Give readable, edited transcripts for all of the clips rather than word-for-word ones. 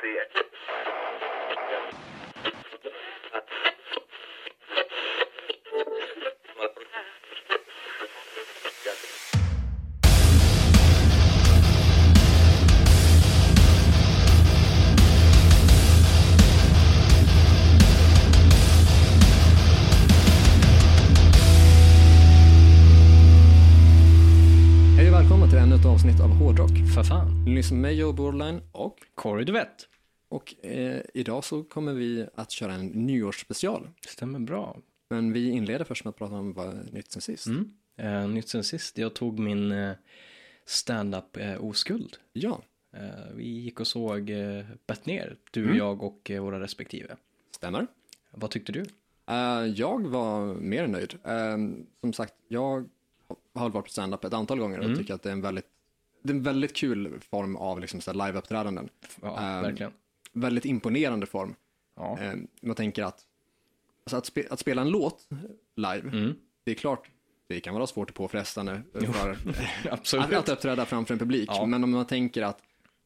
Avsnitt av Hårdrock. För fan. Ni lyssnar med Joe Borderline och Corey Duvett. Och idag så kommer vi att köra en nyårsspecial. Stämmer bra. Men vi inleder först med att prata om vad nytt sen sist. Nytt sen sist. Jag tog min stand-up oskuld. Ja. Vi gick och såg Bettner. Du, jag och våra respektive. Stämmer. Vad tyckte du? Jag var mer nöjd. Som sagt, jag har varit på stand-up ett antal gånger och tycker att det är en väldigt kul form av liksom så live-uppträdanden. Ja, verkligen. Väldigt imponerande form. Ja. Man tänker att, alltså att spela en låt live, det är klart, det kan vara svårt och påfrestande för absolut. att uppträda framför en publik. Ja. Men om man tänker att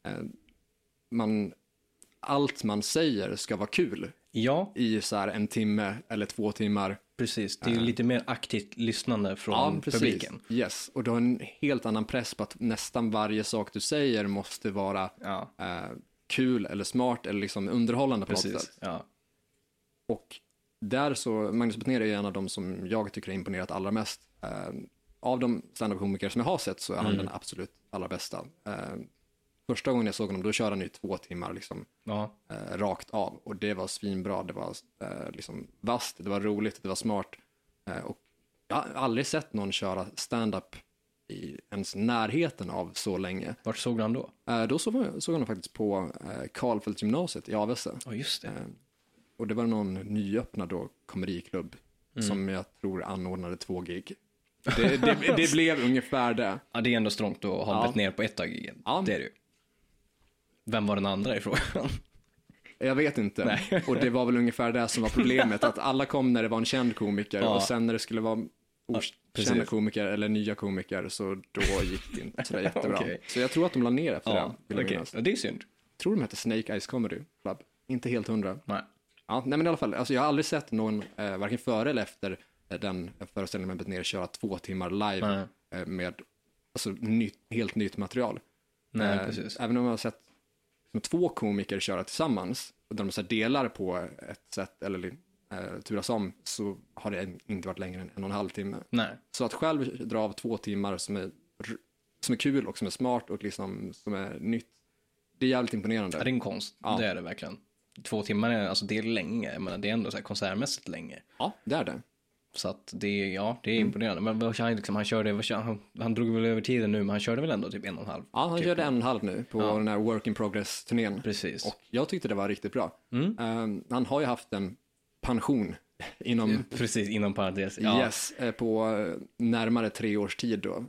allt man säger ska vara kul i så här en timme eller 2 timmar. Precis, det är lite mer aktivt lyssnande från publiken. Yes, och du har en helt annan press på att nästan varje sak du säger måste vara kul eller smart eller liksom underhållande på något sätt. Ja. Och där så, Magnus Bettner är en av de som jag tycker har imponerat allra mest. Av de stand-up-komiker som jag har sett så är han den absolut allra bästa. Första gången jag såg honom, då körde han ju 2 timmar liksom, rakt av. Och det var svinbra, det var liksom vasst, det var roligt, det var smart. Och jag har aldrig sett någon köra stand-up i ens närheten av så länge. Vart såg han då? Då såg han faktiskt på Karlfeldtgymnasiet i Avesta. Ja, just det. Och det var någon nyöppnad då komediklubb som jag tror anordnade 2 gig. Det blev ungefär det. Ja, det är ändå strångt att ha Bettner på ett av gigen. Ja. Det är det ju. Vem var den andra i frågan? Jag vet inte. Nej. Och det var väl ungefär det som var problemet. Att alla kom när det var en känd komiker. Och sen när det skulle vara okända komiker eller nya komiker, så då gick det inte så jättebra. Okay. Så jag tror att de la ner efter det. Okay. Ja, det är synd. Jag tror de hette Snake Eyes Comedy Club. Inte helt 100. Nej. Ja, nej men i alla fall. Alltså jag har aldrig sett någon, varken före eller efter den föreställningen med Bettner köra 2 timmar live med alltså, helt nytt material. Nej, precis. Även om jag har sett 2 komiker köra tillsammans och där de så här delar på ett sätt eller turas om, så har det inte varit längre än 1,5 timme. Nej. Så att själv dra av 2 timmar som är kul och som är smart och liksom som är nytt, det är jävligt imponerande. Ja, det är en konst, det är det verkligen. 2 timmar är, alltså det är länge, men det är ändå så här konsertmässigt länge. Ja, det är det. Så att det är imponerande. Men han körde, han drog väl över tiden nu, men han körde väl ändå typ 1,5. Ja, han körde 1,5 nu på den här Work in Progress-turnén. Precis. Och jag tyckte det var riktigt bra. Han har ju haft en pension inom... Precis, inom parentes. Yes, på närmare 3 års tid då.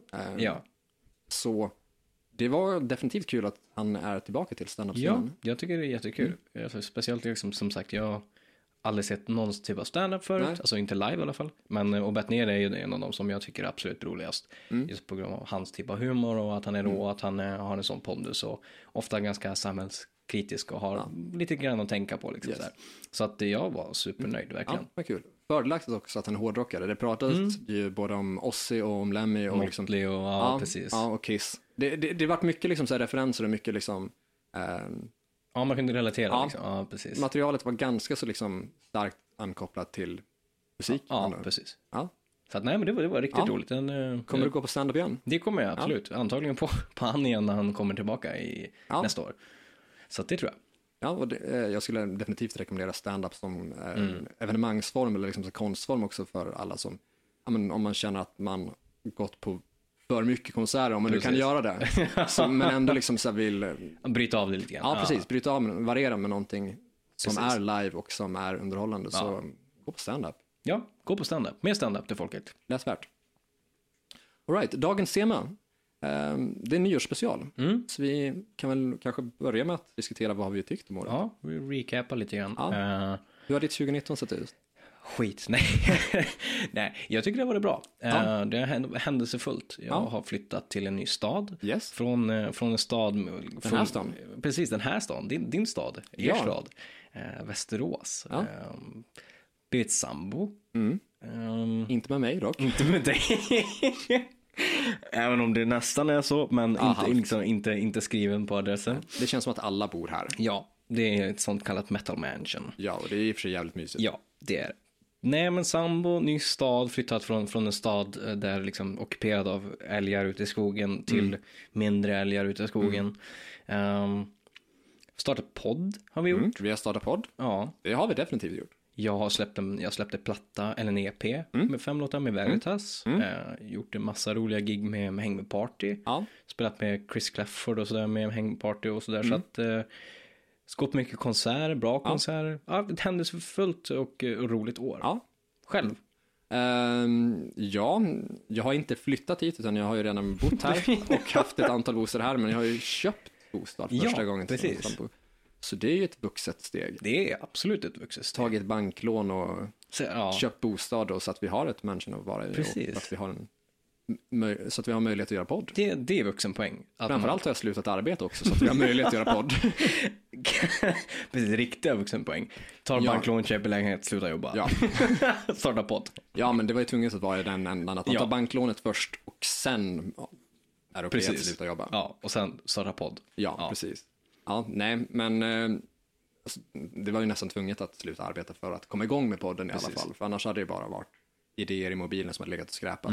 Så det var definitivt kul att han är tillbaka till stand-up-scenen. Ja, jag tycker det är jättekul. Alltså, speciellt liksom, som sagt, jag aldrig sett någon typ av stand-up förut. Nej. Alltså inte live i alla fall. Men, och Bettner är ju en av dem som jag tycker är absolut roligast. Just på grund av hans typ av humor och att han är rå och att han har en sån pondus. Och ofta ganska samhällskritisk och har lite grann att tänka på. Liksom, så att jag var supernöjd, verkligen. Ja, vad kul. Fördelaktigt också att han är hårdrockare. Det pratades ju både om Ozzy och om Lemmy. Och liksom, och precis. Ja, och Kiss. Det varit mycket liksom, så här, referenser och mycket liksom... Ja, man kunde relatera. Liksom. Ja, precis. Materialet var ganska så liksom starkt ankopplat till musik. Ja, precis. Ja. Så att, nej, men det var riktigt roligt. Kommer du gå på stand-up igen? Det kommer jag, absolut. Antagligen på han igen när han kommer tillbaka nästa år. Så att det tror jag. Ja, och jag skulle definitivt rekommendera stand-up som evenemangsform eller liksom så konstform också för alla som, om man känner att man gått på för mycket konserter, om man nu kan göra det. Men ändå liksom så vill... Bryta av det lite grann. Ja, precis. Bryta av, variera med någonting som är live och som är underhållande. Så gå på stand-up. Ja, gå på stand-up. Mer stand-up till folket. Läsvärt. All right, dagens tema. Det är nyårsspecial. Så vi kan väl kanske börja med att diskutera vad vi tyckt om året. Ja, vi recapar lite grann. Hur har ditt 2019 sett ut? Skit, nej. Nej, jag tycker det var bra. Ja. Det är händelsefullt. Jag har flyttat till en ny stad. Yes. Från en stad. Den här staden. Precis, den här staden. Din stad. Er stad. Västerås. Ja. Blivit sambo. Inte med mig dock. Inte med dig. Även om det nästan är så, men inte skriven på adressen. Det känns som att alla bor här. Ja, det är ett sånt kallat metal mansion. Ja, och det är i och för sig jävligt mysigt. Ja, det är. Nej, men sambo, ny stad, flyttat från en stad där liksom ockuperad av älgar ute i skogen till mindre älgar ute i skogen. Startat podd har vi gjort. Vi har startat podd. Ja. Det har vi definitivt gjort. Jag släppte platta, eller en EP med 5 låtar med Veritas. Gjort en massa roliga gig med Häng med Party. Ja. Spelat med Chris Clafford och sådär med Häng med Party och sådär. Så att skått mycket konserter, bra konserter. Ja, ett händelsefullt och roligt år. Ja. Själv? Ja, jag har inte flyttat hit utan jag har ju redan bott här och haft ett antal bostäder här, men jag har ju köpt bostad första gången. Precis. Så det är ju ett vuxet steg. Det är absolut ett vuxet steg. Tagit banklån och köpt bostad och så att vi har ett mansion att vara i. Precis. Och att vi har så att vi har möjlighet att göra podd. Det är vuxenpoäng. Framförallt har jag slutat arbeta också så att vi har möjlighet att göra podd. Precis, riktiga vuxenpoäng. Tar banklån, köper lägenhet, sluta jobba. Ja. Starta podd. Ja, men det var ju tvunget att vara i den ändan. Att man tar banklånet först och sen är det okej att sluta jobba. Ja, och sen starta podd. Ja, precis. Ja, nej, men alltså, det var ju nästan tvunget att sluta arbeta för att komma igång med podden i alla fall. För annars hade det bara varit idéer i mobilen som hade legat och skräpat.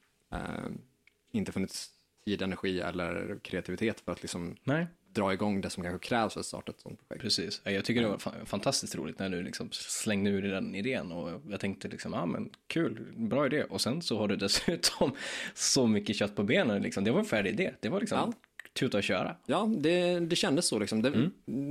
Inte funnits tid, energi eller kreativitet för att liksom dra igång det som kanske krävs för att starta ett sånt projekt. Precis. Jag tycker det var fantastiskt roligt när du liksom slängde ur den idén och jag tänkte liksom, men kul, bra idé. Och sen så har du dessutom så mycket kött på benen liksom. Det var en färdig idé. Det var liksom tuta och köra. Ja, det kändes så liksom.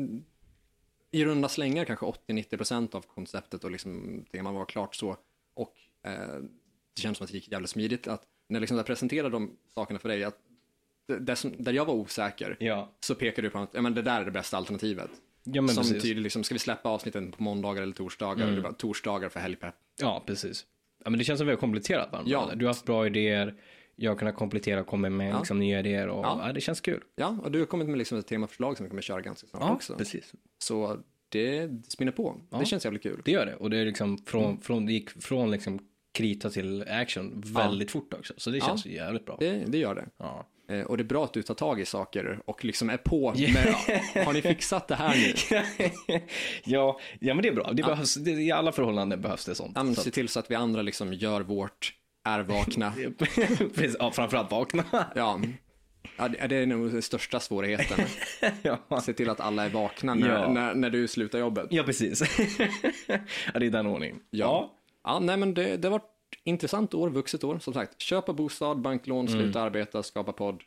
I runda slängar kanske 80-90% av konceptet och liksom teman var klart så. Och det känns som att det gick jävligt smidigt att när liksom jag presenterade de sakerna för dig, att där jag var osäker så pekade du på att men det där är det bästa alternativet. Ja, men som tydligt liksom, ska vi släppa avsnitten på måndagar eller torsdagar? Och det var torsdagar för helgpepp. Ja, precis. Ja, men det känns som vi har kompletterat varandra. Ja. Du har haft bra idéer, jag har kunnat komplettera och komma med liksom, nya idéer och det känns kul. Ja, och du har kommit med liksom ett temaförslag som vi kommer köra ganska snart också. Precis. Så det spinner på. Det känns jävligt kul. Det gör det, och det är liksom det gick från liksom krita till action väldigt fort också. Så det känns jävligt bra. Det gör det. Ja. Och det är bra att du tar tag i saker och liksom är på med, har ni fixat det här nu? ja, men det är bra. Det behövs, i alla förhållanden behövs det sånt. Ja, men se till så att vi andra liksom gör vårt, är vakna. Precis, framförallt vakna. Ja, det är nog den största svårigheten. Se till att alla är vakna när du slutar jobbet. Ja, precis. Det är den ordningen. Ja, nej men det var intressant år, vuxet år, som sagt. Köpa bostad, banklån, sluta arbeta, skapa podd.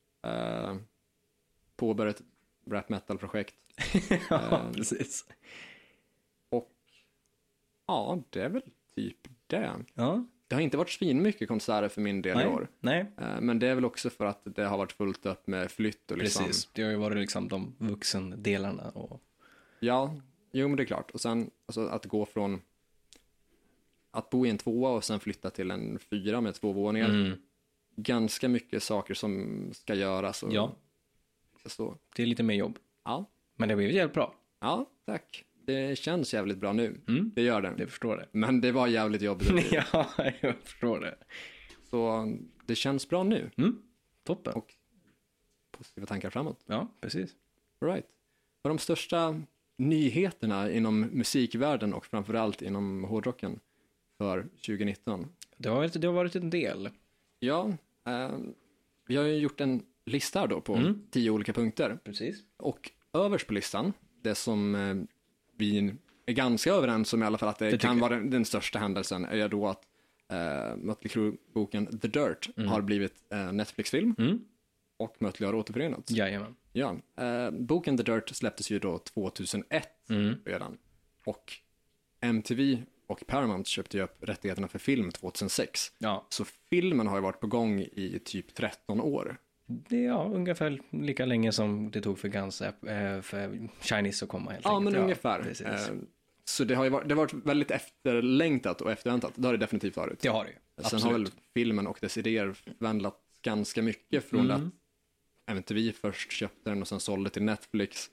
Påbörja ett rap metal-projekt. Precis. Och det är väl typ det. Ja. Det har inte varit svinmycket konserter för min del i år. Nej. Men det är väl också för att det har varit fullt upp med flytt och liksom. Precis, det har ju varit liksom de vuxendelarna. Och... Ja, jo men det är klart. Och sen alltså, att gå från att bo i en 2 och sen flytta till en 4 med 2 våningar. Ganska mycket saker som ska göras. Och så. Det är lite mer jobb. Ja. Men det blir jävligt bra. Ja, tack. Det känns jävligt bra nu. Det gör det. Det förstår det. Men det var jävligt jobbigt. Ja, jag förstår det. Så det känns bra nu. Toppen. Och positiva tankar framåt. Ja, precis. All right. Vad är de största nyheterna inom musikvärlden och framförallt inom hårdrocken för 2019? Det har varit en del. Ja, vi har ju gjort en lista här då på 10 olika punkter. Precis. Och överst på listan, det som vi är ganska överens om i alla fall att det kan vara den största händelsen, är då att Mötley Crüe-boken The Dirt har blivit Netflix-film och Mötley har återförenats. Jajamän. Ja, boken The Dirt släpptes ju då 2001 redan. Och MTV och Paramount köpte ju upp rättigheterna för film 2006. Ja. Så filmen har ju varit på gång i typ 13 år. Det är ungefär lika länge som det tog för Guns för Chinese att komma helt enkelt. Men ungefär. Så det har varit väldigt efterlängtat och efterväntat. Det har det definitivt varit. Det har det ju. Sen har väl filmen och dess idéer förvandlat ganska mycket från att MTV först köpte den och sen sålde till Netflix.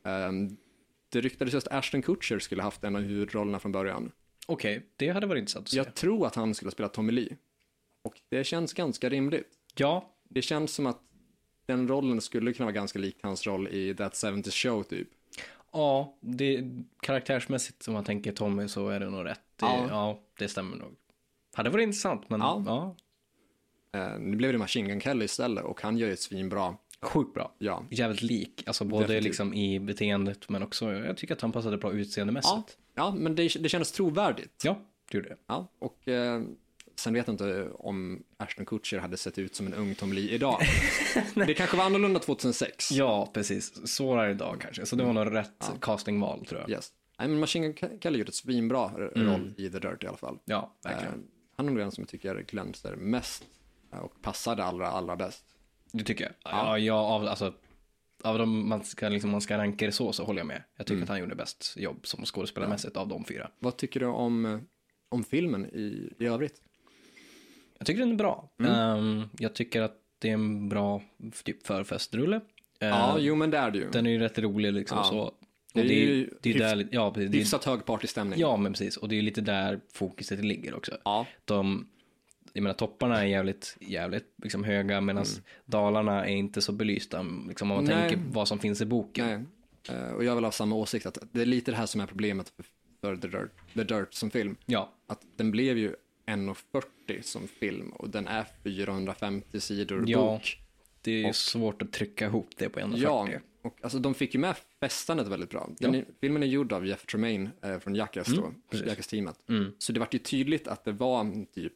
Det ryktades just att Ashton Kutcher skulle haft en av huvudrollerna från början. Okej, det hade varit intressant att se. Jag tror att han skulle spela Tommy Lee. Och det känns ganska rimligt. Ja. Det känns som att den rollen skulle kunna vara ganska lik hans roll i That 70's Show typ. Ja, karaktärsmässigt om man tänker Tommy så är det nog rätt. Det stämmer nog. Hade varit intressant, men ja. Nu blev det Machine Gun Kelly istället och han gör ju ett svinbra. Sjukt bra. Ja. Jävligt lik. Alltså både liksom i beteendet men också, jag tycker att han passade bra utseendemässigt. Ja, men det kändes trovärdigt. Ja, det gjorde det. Ja, och sen vet jag inte om Ashton Kutcher hade sett ut som en ung Tom Lee idag. Det kanske var annorlunda 2006. Ja, precis. Svårare idag kanske. Så det var nog rätt castingval, tror jag. Yes. Nej, men Machine Gun Kelly gjorde ett svinbra roll i The Dirt i alla fall. Ja, verkligen. Han är nog den som jag tycker glänser mest och passade allra bäst. Det tycker jag. Ja, av dem man ska ranka det så håller jag med. Jag tycker att han gjorde bäst jobb som skådespelarmässigt av de 4. Vad tycker du om filmen i övrigt? Jag tycker den är bra. Jag tycker att det är en bra typ förfestrulle. Men det är det ju. Den är ju rätt rolig liksom så. Och det är ju hyfsat hög partystämning. Ja, men precis. Och det är ju lite där fokuset ligger också. Ja. Jag menar, topparna är jävligt liksom höga, medan dalarna är inte så belysta liksom, om man tänker vad som finns i boken. Nej. Och jag vill ha samma åsikt, att det är lite det här som är problemet för The Dirt som film. Ja. Att den blev ju 1,40 som film och den är 450 sidor bok. Det är svårt att trycka ihop det på 1,40. Ja, och alltså, de fick ju med festandet väldigt bra. Filmen är gjord av Jeff Tremaine från Jackass då, Jackass-teamet. Så det var ju tydligt att det var typ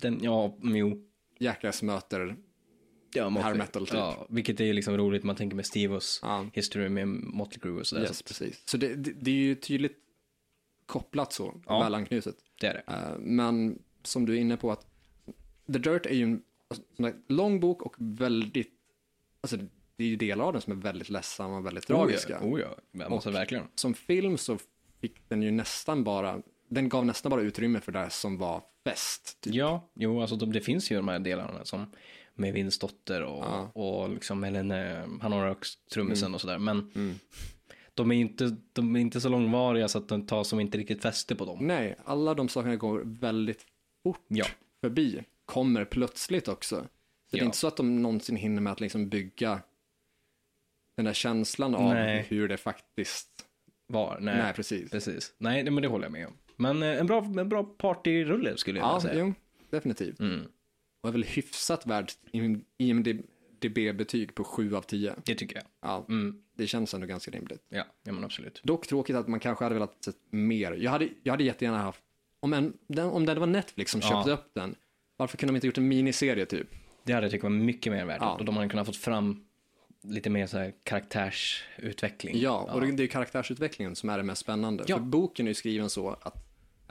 Jackass möter hair metal typ. Ja, vilket är liksom roligt, man tänker med Steve-Os history med Motley Crue och sådär. Yes, precis. Så det är ju tydligt kopplat så, väl anknutet. Det är det. Men som du är inne på, att The Dirt är ju en lång bok och väldigt, alltså det är ju delar av den som är väldigt ledsamma och väldigt tragiska. Jag måste verkligen. Som film så fick den ju den gav nästan bara utrymme för det som var fest. Typ. Ja, alltså det finns ju de här delarna som med Vince dotter och liksom han har också trummisen och sådär, men de är inte så långvariga så att de tar som inte riktigt fäste på dem. Nej, alla de sakerna går väldigt fort förbi. Kommer plötsligt också. Så det är inte så att de någonsin hinner med att liksom bygga den där känslan av hur det faktiskt var. Nej, precis. Nej, men det håller jag med om. Men en bra partyrulle skulle jag säga. Ja, definitivt. Och är väl hyfsat värd IMDb-betyg på 7 av 10. Det tycker jag. Ja, det känns ändå ganska rimligt. Ja, men absolut. Dock tråkigt att man kanske hade velat se mer. Jag hade jättegärna haft, om det var Netflix som köpte upp den, varför kunde de inte gjort en miniserie typ? Det hade jag tyckt var mycket mer värt. Och de hade kunnat fått fram lite mer så här karaktärsutveckling. Ja, och det är ju karaktärsutvecklingen som är det mest spännande. För boken är ju skriven så att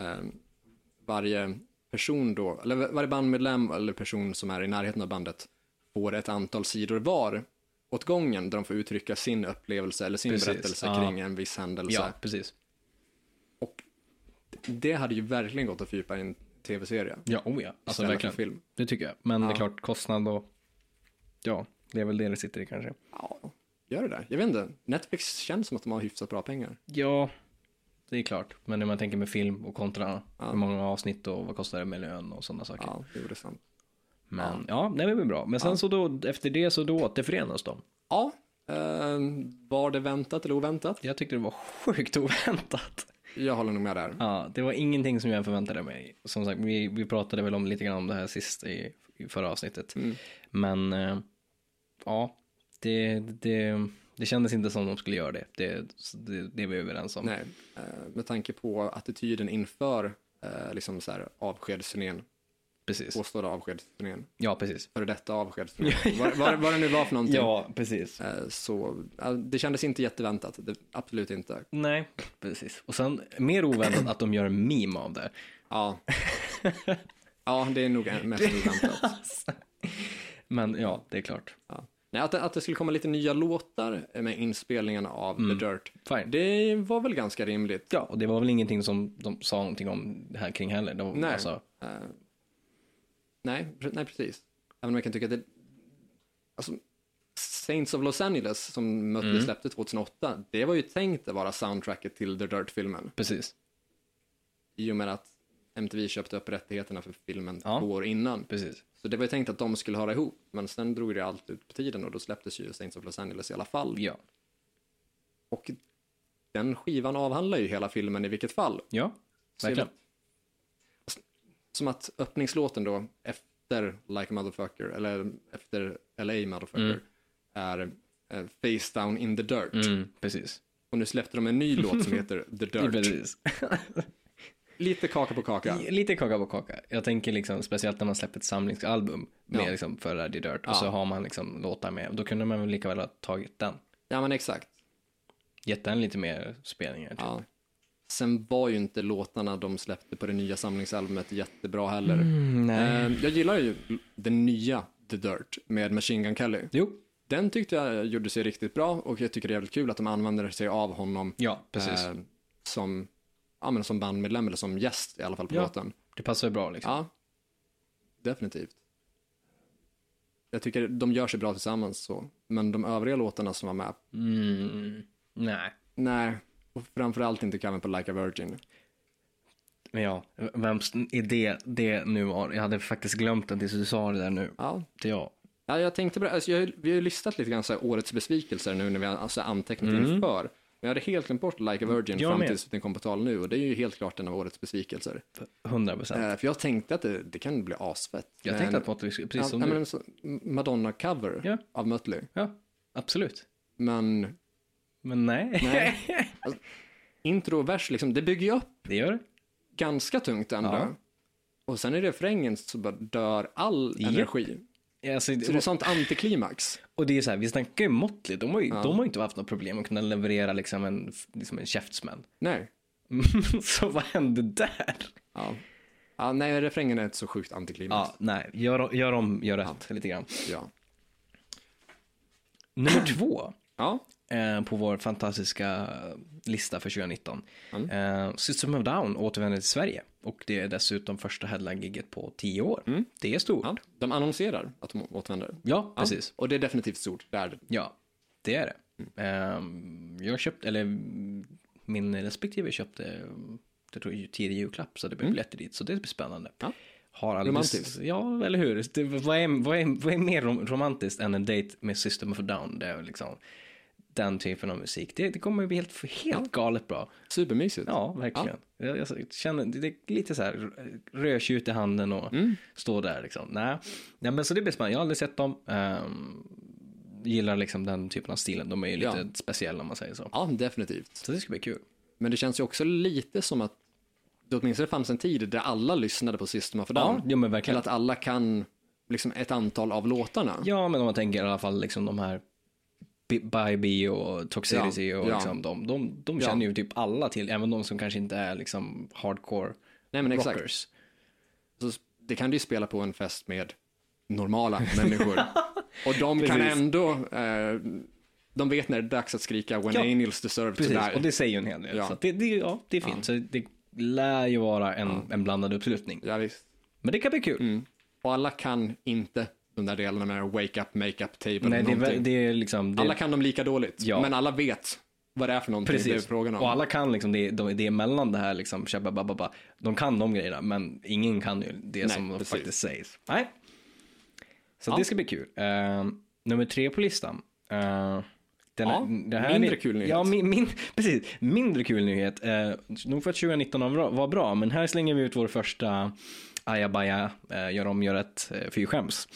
varje person då, eller varje bandmedlem eller person som är i närheten av bandet får ett antal sidor var åt gången där de får uttrycka sin upplevelse eller sin berättelse kring en viss händelse. Ja, precis. Och det hade ju verkligen gått att fördjupa i en tv-serie. Ja, alltså verkligen. Film. Det tycker jag. Men det är klart, kostnad och det är väl det sitter i kanske. Ja, gör det där. Jag vet inte. Netflix känns som att de har hyfsat bra pengar. Ja, det är klart. Men när man tänker med film och kontra hur många avsnitt och vad kostar det med lön och sådana saker. Ja, det är sant. Men det blir bra. Men sen så då, efter det så då återförenas de. Ja, var det väntat eller oväntat? Jag tyckte det var sjukt oväntat. Jag håller nog med där. Ja, det var ingenting som jag förväntade mig. Som sagt, vi pratade väl om lite grann om det här sist i förra avsnittet. Men det kändes inte som de skulle göra det. Det är vi överens om. Nej, med tanke på attityden inför liksom så här avskedsturnén. Precis. Påstådda avskedsturnén. Ja, precis. För detta avskedsturnén. vad det nu var för någonting. Ja, precis. Så det kändes inte jätteväntat. Absolut inte. Nej, precis. Och sen mer oväntat att de gör en meme av det. Ja. Ja, det är nog mest oväntat. Men det är klart. Ja. Nej, att det skulle komma lite nya låtar med inspelningarna av The Dirt. Fine. Det var väl ganska rimligt. Ja, och det var väl ingenting som de sa någonting om det här kring heller. Nej. Alltså... Nej, precis. Även om jag kan tycka att det... Alltså, Saints of Los Angeles som Mötley släppte 2008, det var ju tänkt att vara soundtracket till The Dirt-filmen. Precis. I och med att MTV köpte upp rättigheterna för filmen 2 år innan. Precis. Så det var ju tänkt att de skulle höra ihop, men sen drog det allt ut på tiden och då släpptes ju Saints of Los Angeles i alla fall. Ja. Och den skivan avhandlar ju hela filmen i vilket fall. Ja, verkligen. Som att öppningslåten då, efter Like a Motherfucker, eller efter LA Motherfucker, är Face Down in the Dirt. Precis. Och nu släppte de en ny låt som heter The Dirt. Precis. Lite kaka på kaka. Lite kaka på kaka. Jag tänker liksom, speciellt när man släpper ett samlingsalbum med liksom förra The Dirt, och så har man liksom låtar med. Då kunde man väl lika väl ha tagit den. Ja, men exakt. Gett den lite mer spelningar typ. Ja. Sen var ju inte låtarna de släppte på det nya samlingsalbumet jättebra heller. Nej. Jag gillar ju den nya The Dirt med Machine Gun Kelly. Jo. Den tyckte jag gjorde sig riktigt bra, och jag tycker det är jävligt kul att de använder sig av honom precis. Som bandmedlem eller som gäst i alla fall på låten. Det passar ju bra liksom. Ja, definitivt. Jag tycker de gör sig bra tillsammans så. Men de övriga låtarna som var med. Nej, och framförallt inte Coming på Like a Virgin. Men ja, vems idé det nu var. Jag hade faktiskt glömt att du sa det där nu. Ja. Det jag. Ja, jag tänkte på det. Alltså, vi har ju listat lite grann så här årets besvikelser nu när vi har alltså antecknat inför. Men jag hade helt glömt bort Like a Virgin fram tills den kom på tal nu. Och det är ju helt klart en av årets besvikelser. 100%. För jag tänkte att det kan bli asfett. Jag tänkte att Mötley, precis som du. Madonna-cover av Mötley. Ja, absolut. Men nej. Alltså, intro och vers, liksom, det bygger ju upp. Det gör det. Ganska tungt ändå. Ja. Och sen i refrängen så bara dör all energi. Alltså, så det är sånt antiklimax. Och det är så här, vi snackar ju Mötley. De har ju inte haft något problem att kunna leverera liksom en käftsmäll. Nej. Så vad hände där? Ja, nej, refrängen är inte så sjukt antiklimax. Ja, nej. Gör rätt lite grann. Ja. Nummer 2. Ja. På vår fantastiska lista för 2019. System of a Down återvänder till Sverige. Och det är dessutom första headline-gigget på 10 år. Det är stort. Ja, de annonserar att de återvänder. Ja, precis. Och det är definitivt stort. Ja, det är det. Jag köpte, eller min respektive köpte, jag tror ju tidig julklapp, så det blev biljetter dit. Så det blir spännande. Ja. Romantiskt. Ja, eller hur? Vad är mer romantiskt än en date med System of a Down? Det är liksom den typen av musik. Det kommer ju bli helt galet bra. Supermysigt. Ja, verkligen. Ja. Jag känner, det är lite så här rödtjut i handen och stå där liksom. Nej, men så det blir spännande. Jag har aldrig sett dem. Gillar liksom den typen av stilen. De är ju lite speciella om man säger så. Ja, definitivt. Så det ska bli kul. Men det känns ju också lite som att det åtminstone fanns en tid där alla lyssnade på System of a Down. Ja, men verkligen. Eller att alla kan liksom ett antal av låtarna. Ja, men om man tänker i alla fall liksom de här Bye och Toxicity och liksom de känner ju typ alla till, även de som kanske inte är liksom hardcore rockers. Exakt. Så det kan du ju spela på en fest med normala människor. Och de kan ändå de vet när det är dags att skrika When Angels Deserve to Die. Och det säger ju en hel del. Så att det är fint. Så det lär ju vara en blandad uppslutning. Ja, visst. Men det kan bli kul. Och alla kan inte de där delarna med wake up, make up, table. Nej, det är liksom... Alla kan de lika dåligt, men alla vet vad det är för någonting. Precis. Det är frågan om. Och alla kan liksom det är mellan det här liksom, de kan de grejerna, men ingen kan ju det som faktiskt sägs. Nej. Så det ska bli kul. Nummer 3 på listan. Det här mindre kul nyhet. Ja, precis. Mindre kul nyhet. Nog för att 2019 var bra, men här slänger vi ut vår första ajabaja, gör rätt, fyrskäms.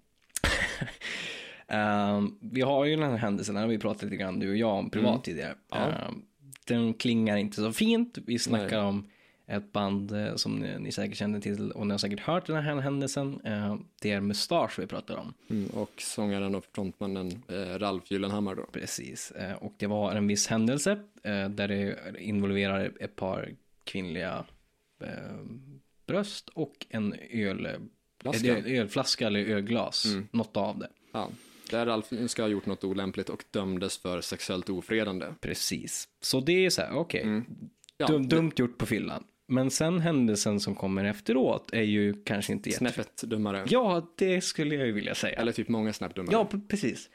Vi har ju den här händelsen, här vi pratat lite grann du och jag om privat tidigare. Den klingar inte så fint. Vi snackar om ett band som ni säkert känner till och ni har säkert hört den här händelsen. Det är Mustasch vi pratar om. Och sångaren och frontmannen Ralf Gyllenhammar då. Precis. Och det var en viss händelse där det involverar ett par kvinnliga bröst och en ölflaska eller ölglas. Något av det. Där Alf ska ha gjort något olämpligt och dömdes för sexuellt ofredande. Precis. Så det är så här, okej. Dumt gjort på fyllan. Men sen händelsen som kommer efteråt är ju kanske inte snäppet dummare. Ja, det skulle jag ju vilja säga. Eller typ många snäpp dummare. Ja, precis.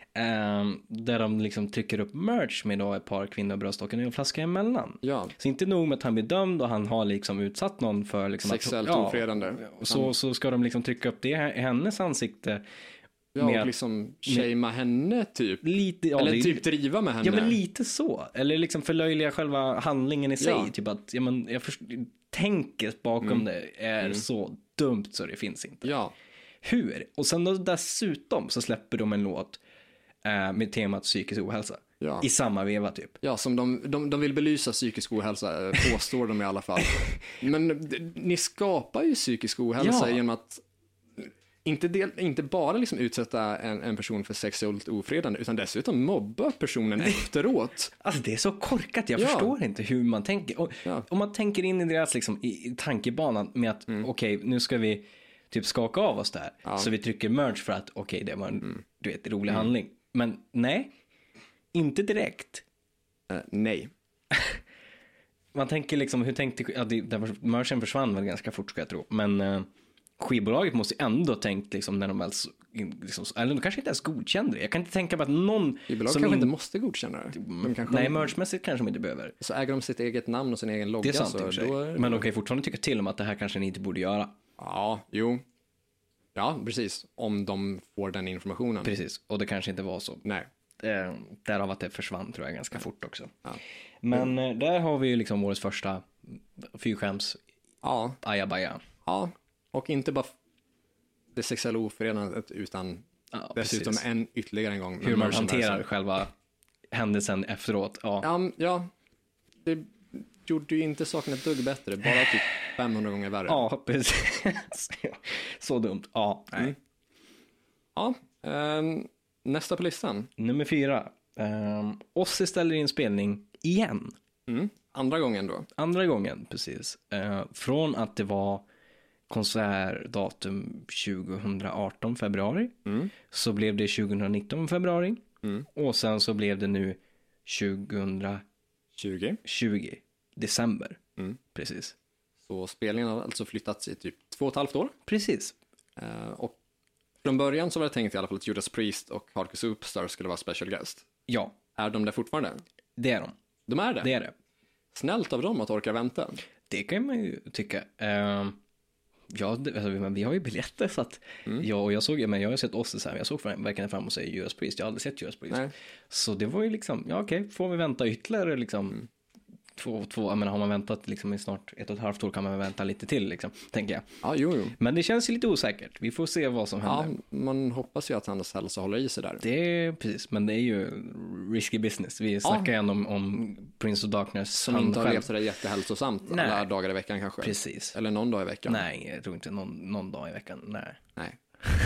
Där de liksom trycker upp merch med då ett par kvinnobröst och en flaska emellan. Ja. Så inte nog med att han blir dömd och han har liksom utsatt någon för liksom sexuellt ofredande. Så ska de liksom trycka upp det i hennes ansikte. Ja, och liksom shamea henne typ. Lite, eller typ driva med henne. Ja, men lite så. Eller liksom förlöjliga själva handlingen i sig. Ja. Typ att, tänket bakom det är så dumt så det finns inte. Ja. Hur? Och sen då dessutom så släpper de en låt med temat psykisk ohälsa. Ja. I samma veva typ. Ja, som de vill belysa psykisk ohälsa, påstår de i alla fall. Men ni skapar ju psykisk ohälsa genom att inte bara liksom utsätta en person för sexuellt ofredande, utan dessutom mobba personen efteråt. Alltså det är så korkat, jag förstår inte hur man tänker. Om man tänker in i deras liksom, i tankebanan med att okej, nu ska vi typ skaka av oss där. Ja. Så vi trycker merch för att det var en rolig handling. Men nej, inte direkt. Nej. Man tänker liksom, hur tänkte merchen försvann väl ganska fort ska jag tro. Men skivbolaget måste ändå tänkt liksom när de väl liksom, eller de kanske inte ens godkände det. Jag kan inte tänka på att någon skivbolag kanske inte måste godkänna det. Nej, merchmässigt kanske de inte behöver. Så äger de sitt eget namn och sin egen logga. Det är sant, så men de kan ju fortfarande tycka till om att det här kanske ni inte borde göra. Ja, jo. Ja, precis. Om de får den informationen. Precis, och det kanske inte var så. Nej. Därav att det försvann tror jag ganska fort också. Ja. Men där har vi ju liksom årets första fyrskärms ajabaja. Ja, och inte bara det sexuella oförenandet utan dessutom ytterligare en gång. Hur man hanterar själva händelsen efteråt. Ja, det gjorde ju inte saken ett dugg bättre. Bara typ 500 gånger värre. Ja, precis. Så dumt. Ja, nej. Ja, nästa på listan. Nummer 4. Ozzy ställer in spelning igen. Andra gången då? Andra gången, precis. Från att det var konsertdatum 2018 februari så blev det 2019 februari och sen så blev det nu 2020 december. Precis. Så spelningen har alltså flyttats i typ 2,5 år. Precis. Och från början så var det tänkt i alla fall att Judas Priest och Hardcore Superstar skulle vara special guest. Ja. Är de där fortfarande? Det är de. De är det? Det är det. Snällt av dem att orka vänta. Det kan man ju tycka. Vi har ju biljetter så att jag har ju sett Ozzy så här, jag såg verkligen fram och säga Judas Priest, jag har aldrig sett Judas Priest. Nej. Så det var ju liksom, får vi vänta ytterligare liksom jag menar, har man väntat liksom i snart 1,5 år kan man vänta lite till liksom, tänker jag. Ja, jo. Men det känns ju lite osäkert. Vi får se vad som händer. Ja, man hoppas ju att hans hälsa håller i sig där. Det är precis, men det är ju risky business. Vi snackar ju om Prince of Darkness. Som inte har levt sådär jättehälsosamt alla dagar i veckan kanske. Precis. Eller någon dag i veckan. Nej, jag tror inte någon dag i veckan. Nej.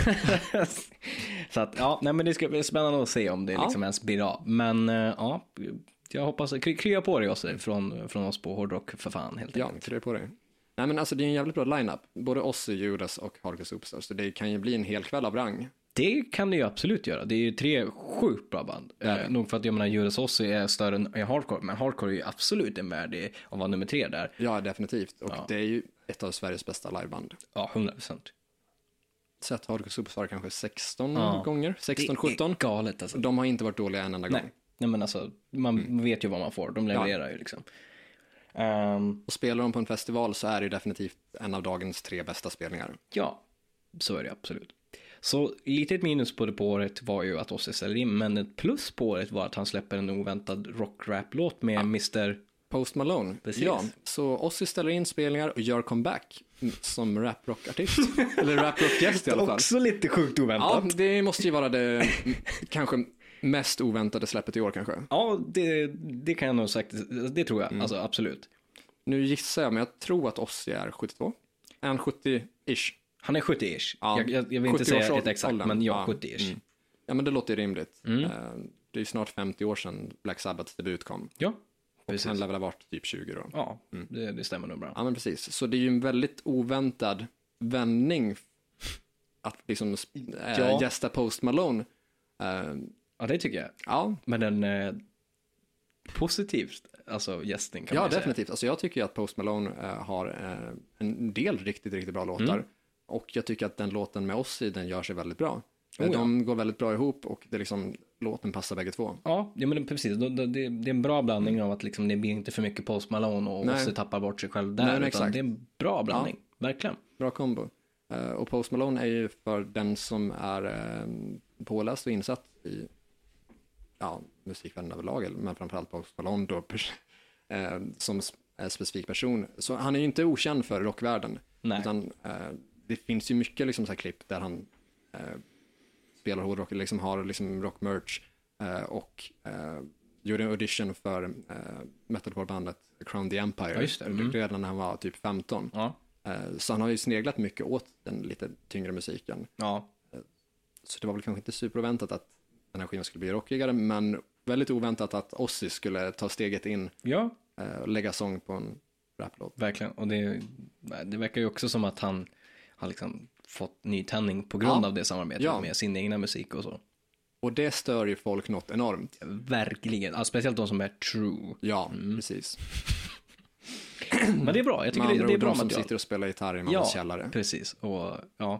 Så att, men det ska bli spännande att se om det liksom ens blir av. Men jag hoppas, krya på dig också från oss på Hårdrock för fan helt enkelt. Ja, krya på dig. Nej men alltså det är en jävligt bra lineup. Både Ozzy, Judas och Hardcore Superstar. Så det kan ju bli en hel kväll av rang. Det kan det ju absolut göra. Det är ju 3 sjukt bra band. Nog för att jag menar Judas Ozzy är större än Hardcore. Men Hardcore är ju absolut en värdig att vara nummer 3 där. Ja, definitivt. Och det är ju ett av Sveriges bästa liveband. Ja, 100%. Sett Hardcore Superstar kanske 16 gånger. 16-17. Det är galet alltså. De har inte varit dåliga en enda gång. Nej men alltså, man vet ju vad man får. De levererar ju liksom. Och spelar de på en festival så är det ju definitivt en av dagens 3 bästa spelningar. Ja, så är det absolut. Så lite ett minus på det på året var ju att Ozzy ställer in. Men ett plus på året var att han släpper en oväntad rock-rap-låt med Mr. Post Malone. Precis. Ja, så Ozzy ställer in spelningar och gör comeback som rap-rock-artist. Eller rap-rock-gäst i alla fall. Också lite sjukt oväntat. Ja, det måste ju vara det kanske mest oväntade släppet i år kanske. Ja, det kan jag nog sagt. Det tror jag, alltså absolut. Nu gissar jag, men jag tror att Ozzy är 72. Är han 70-ish? Han är 70-ish. Ja, jag vill inte säga ett exakt, men 70-ish. Ja, men det låter ju rimligt. Det är ju snart 50 år sedan Black Sabbaths debut kom. Ja, precis. Och han lär väl ha varit typ 20 då. Ja, det stämmer nog bra. Ja, men precis. Så det är ju en väldigt oväntad vändning att liksom gästa Post Malone. Ja, det tycker jag. Ja. Men den positivt, alltså gästning kan man säga. Ja, definitivt. Alltså jag tycker att Post Malone har en del riktigt, riktigt bra låtar. Och jag tycker att den låten med Ozzy, den gör sig väldigt bra. De går väldigt bra ihop och det liksom, låten passar bägge två. Ja, men precis. Det är en bra blandning av att liksom, det blir inte för mycket Post Malone och Ozzy tappar bort sig själv där. Nej, utan det är en bra blandning, verkligen. Bra kombo. Och Post Malone är ju för den som är påläst och insatt i musikvärlden överlag, men framförallt Post Malone då, som specifik person. Så han är ju inte okänd för rockvärlden. Nej. Utan det finns ju mycket liksom, så här klipp där han spelar hårdrock, liksom har liksom rockmerch och gjorde en audition för metalcore-bandet Crown the Empire redan när han var typ 15. Ja. Så han har ju sneglat mycket åt den lite tyngre musiken. Ja. Så det var väl kanske inte superoväntat att den här skivan skulle bli rockigare, men väldigt oväntat att Ozzy skulle ta steget in och lägga sång på en raplåt. Verkligen, och det verkar ju också som att han har liksom fått nytändning på grund av det samarbetet med sin egna musik och så. Och det stör ju folk något enormt. Verkligen, alltså, speciellt de som är true. Ja, precis. Men det är bra, jag tycker det är bra de som sitter och spelar gitarr i mannens källare. Precis, och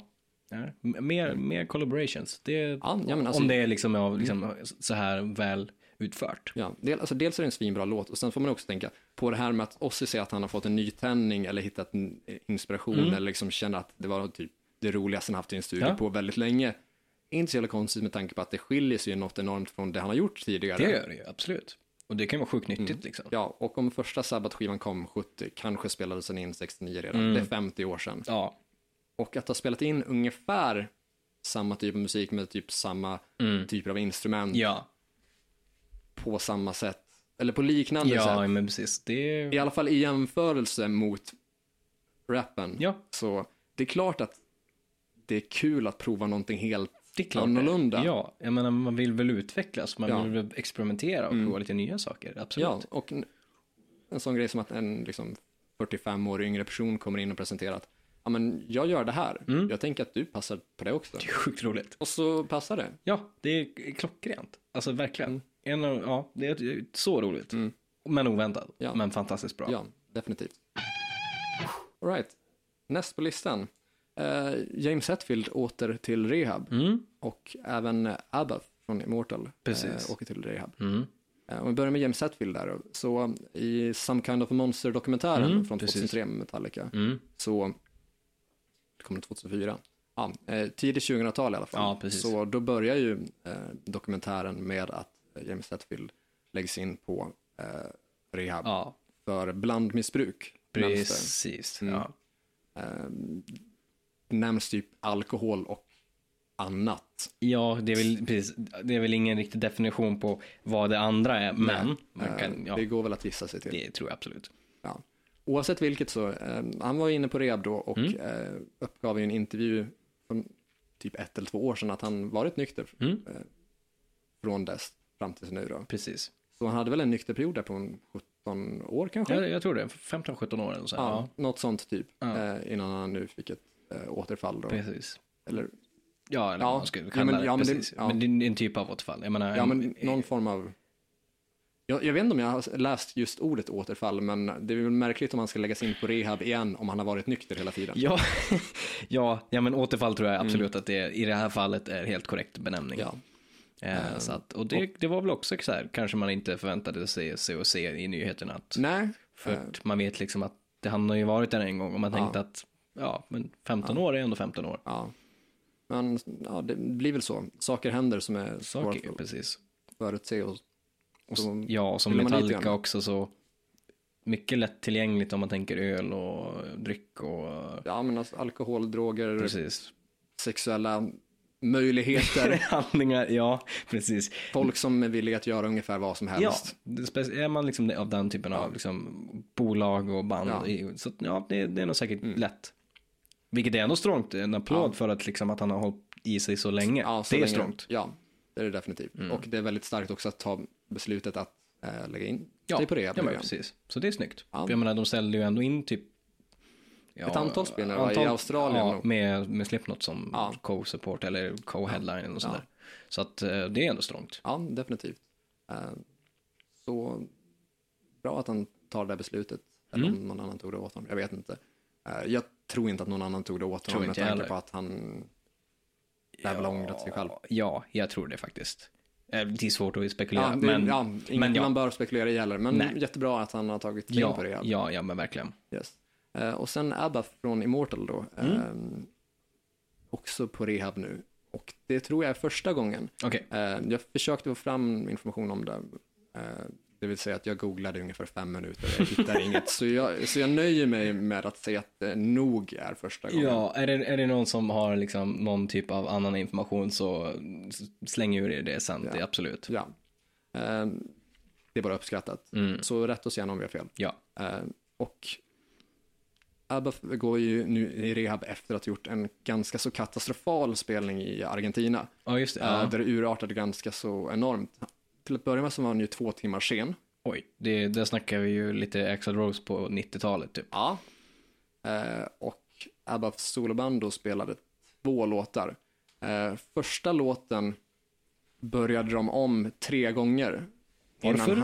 mer collaborations. Det, alltså, om det är liksom så här väl utfört. Ja, dels är det en svinbra låt och sen får man också tänka på det här med att Ozzy säger att han har fått en nytändning eller hittat en inspiration eller liksom känner att det var typ det roligaste han haft i en studio på väldigt länge. Inte så jävla konstigt med tanke på att det skiljer sig något enormt från det han har gjort tidigare. Det gör det ju, absolut. Och det kan vara sjukt nyttigt liksom. Ja, och om första Sabbath-skivan kom 70, kanske spelades den in 69 redan. Det är 50 år sedan. Ja. Och att ha spelat in ungefär samma typ av musik med typ samma typer av instrument. Ja. På samma sätt. Eller på liknande sätt. Ja, men precis. I alla fall i jämförelse mot rappen. Ja. Så det är klart att det är kul att prova någonting helt annorlunda. Ja, jag menar man vill väl utvecklas. Man vill väl experimentera och prova lite nya saker. Absolut. Ja, och en sån grej som att en liksom 45 år yngre person kommer in och presenterar att men jag gör det här. Jag tänker att du passar på det också. Det är sjukt roligt. Och så passar det. Ja, det är klockrent. Alltså verkligen. Det är så roligt. Men oväntat. Ja. Men fantastiskt bra. Ja, definitivt. All right. Näst på listan. James Hetfield åter till Rehab. Och även ABBA från Immortal åker till Rehab. Om vi börjar med James Hetfield där. Så i Some Kind of a Monster-dokumentären från 2003 med Metallica. Så det kommer 2004. Tidigt 2000-tal i alla fall. Ja, så då börjar ju dokumentären med att James Hetfield läggs in på rehab för blandmissbruk. Precis. Nämns typ alkohol och annat. Ja, det är väl ingen riktig definition på vad det andra är, men det går väl att gissa sig till. Det tror jag absolut. Ja. Oavsett vilket så, han var inne på rehab då och uppgav i en intervju för typ 1 eller 2 år sedan att han varit nykter från dess fram till nu då. Precis. Så han hade väl en nykterperiod där på 17 år kanske? Ja, jag tror det. 15-17 år eller så. Ja, något sånt typ. Innan han nu fick ett återfall då. Precis. Eller man skulle kalla det. Precis. Men det är en typ av återfall. Jag menar, men någon form av... Jag vet inte om jag har läst just ordet återfall, men det är väl märkligt om man ska läggas in på rehab igen om han har varit nykter hela tiden. Ja, men återfall tror jag absolut att det i det här fallet är helt korrekt benämning. Ja. Så att, och det var väl också så här, kanske man inte förväntade sig se i nyheterna. Nej. För att man vet liksom att han har ju varit där en gång och man tänkte att men 15 år är ändå 15 år. Ja. Men det blir väl så. Saker händer som är svårt precis. Förutse och som Metallica också så mycket lättillgängligt om man tänker öl och dryck och... Ja, men alltså, alkohol, droger, precis. Sexuella möjligheter. Handlingar, precis. Folk som är villiga att göra ungefär vad som helst. Ja, är man liksom av den typen av liksom, bolag och band. Så det är nog säkert lätt. Vilket är ändå strångt. En applåd för att, liksom, att han har hållit i sig så länge. Ja, så det är strångt. Ja, det är det definitivt. Och det är väldigt starkt också att ta beslutet att lägga in sig på det. Ja, men precis. Så det är snyggt. För jag menar, de ställde ju ändå in typ ett antal spelare i Australien. Med Slipknot som co-support eller co-headline och sådär. Så att det är ändå strångt. Ja, definitivt. Så bra att han tar det beslutet. Eller om någon annan tog det åt honom. Jag vet inte. Jag tror inte att någon annan tog det åt honom med tanke på att han lär väl ångrat sig själv. Ja, jag tror det faktiskt. Det är svårt att spekulera. Inget man bör spekulera i heller. Men jättebra att han har tagit sig in på det. Ja, men verkligen. Yes. Och sen Abba från Immortal då. Också på rehab nu. Och det tror jag är första gången. Okay. Jag försökte få fram information om det. Det vill säga att jag googlade ungefär 5 minuter och jag hittar inget. Så jag nöjer mig med att säga att det nog är första gången. Ja, är det någon som har liksom någon typ av annan information så släng ur det sen. Det är absolut. Ja. Det är bara uppskattat. Så rätt oss gärna om vi har fel. Ja. Och Abba går ju nu i rehab efter att ha gjort en ganska så katastrofal spelning i Argentina. Ja, just det. Där det urartade ganska så enormt. Till att börja med så var han ju 2 timmar sen. Oj, där snackar vi ju lite Axl Rose på 90-talet typ. Ja. Och Abba soloband då spelade 2 låtar. Första låten började de om 3 gånger. Varför?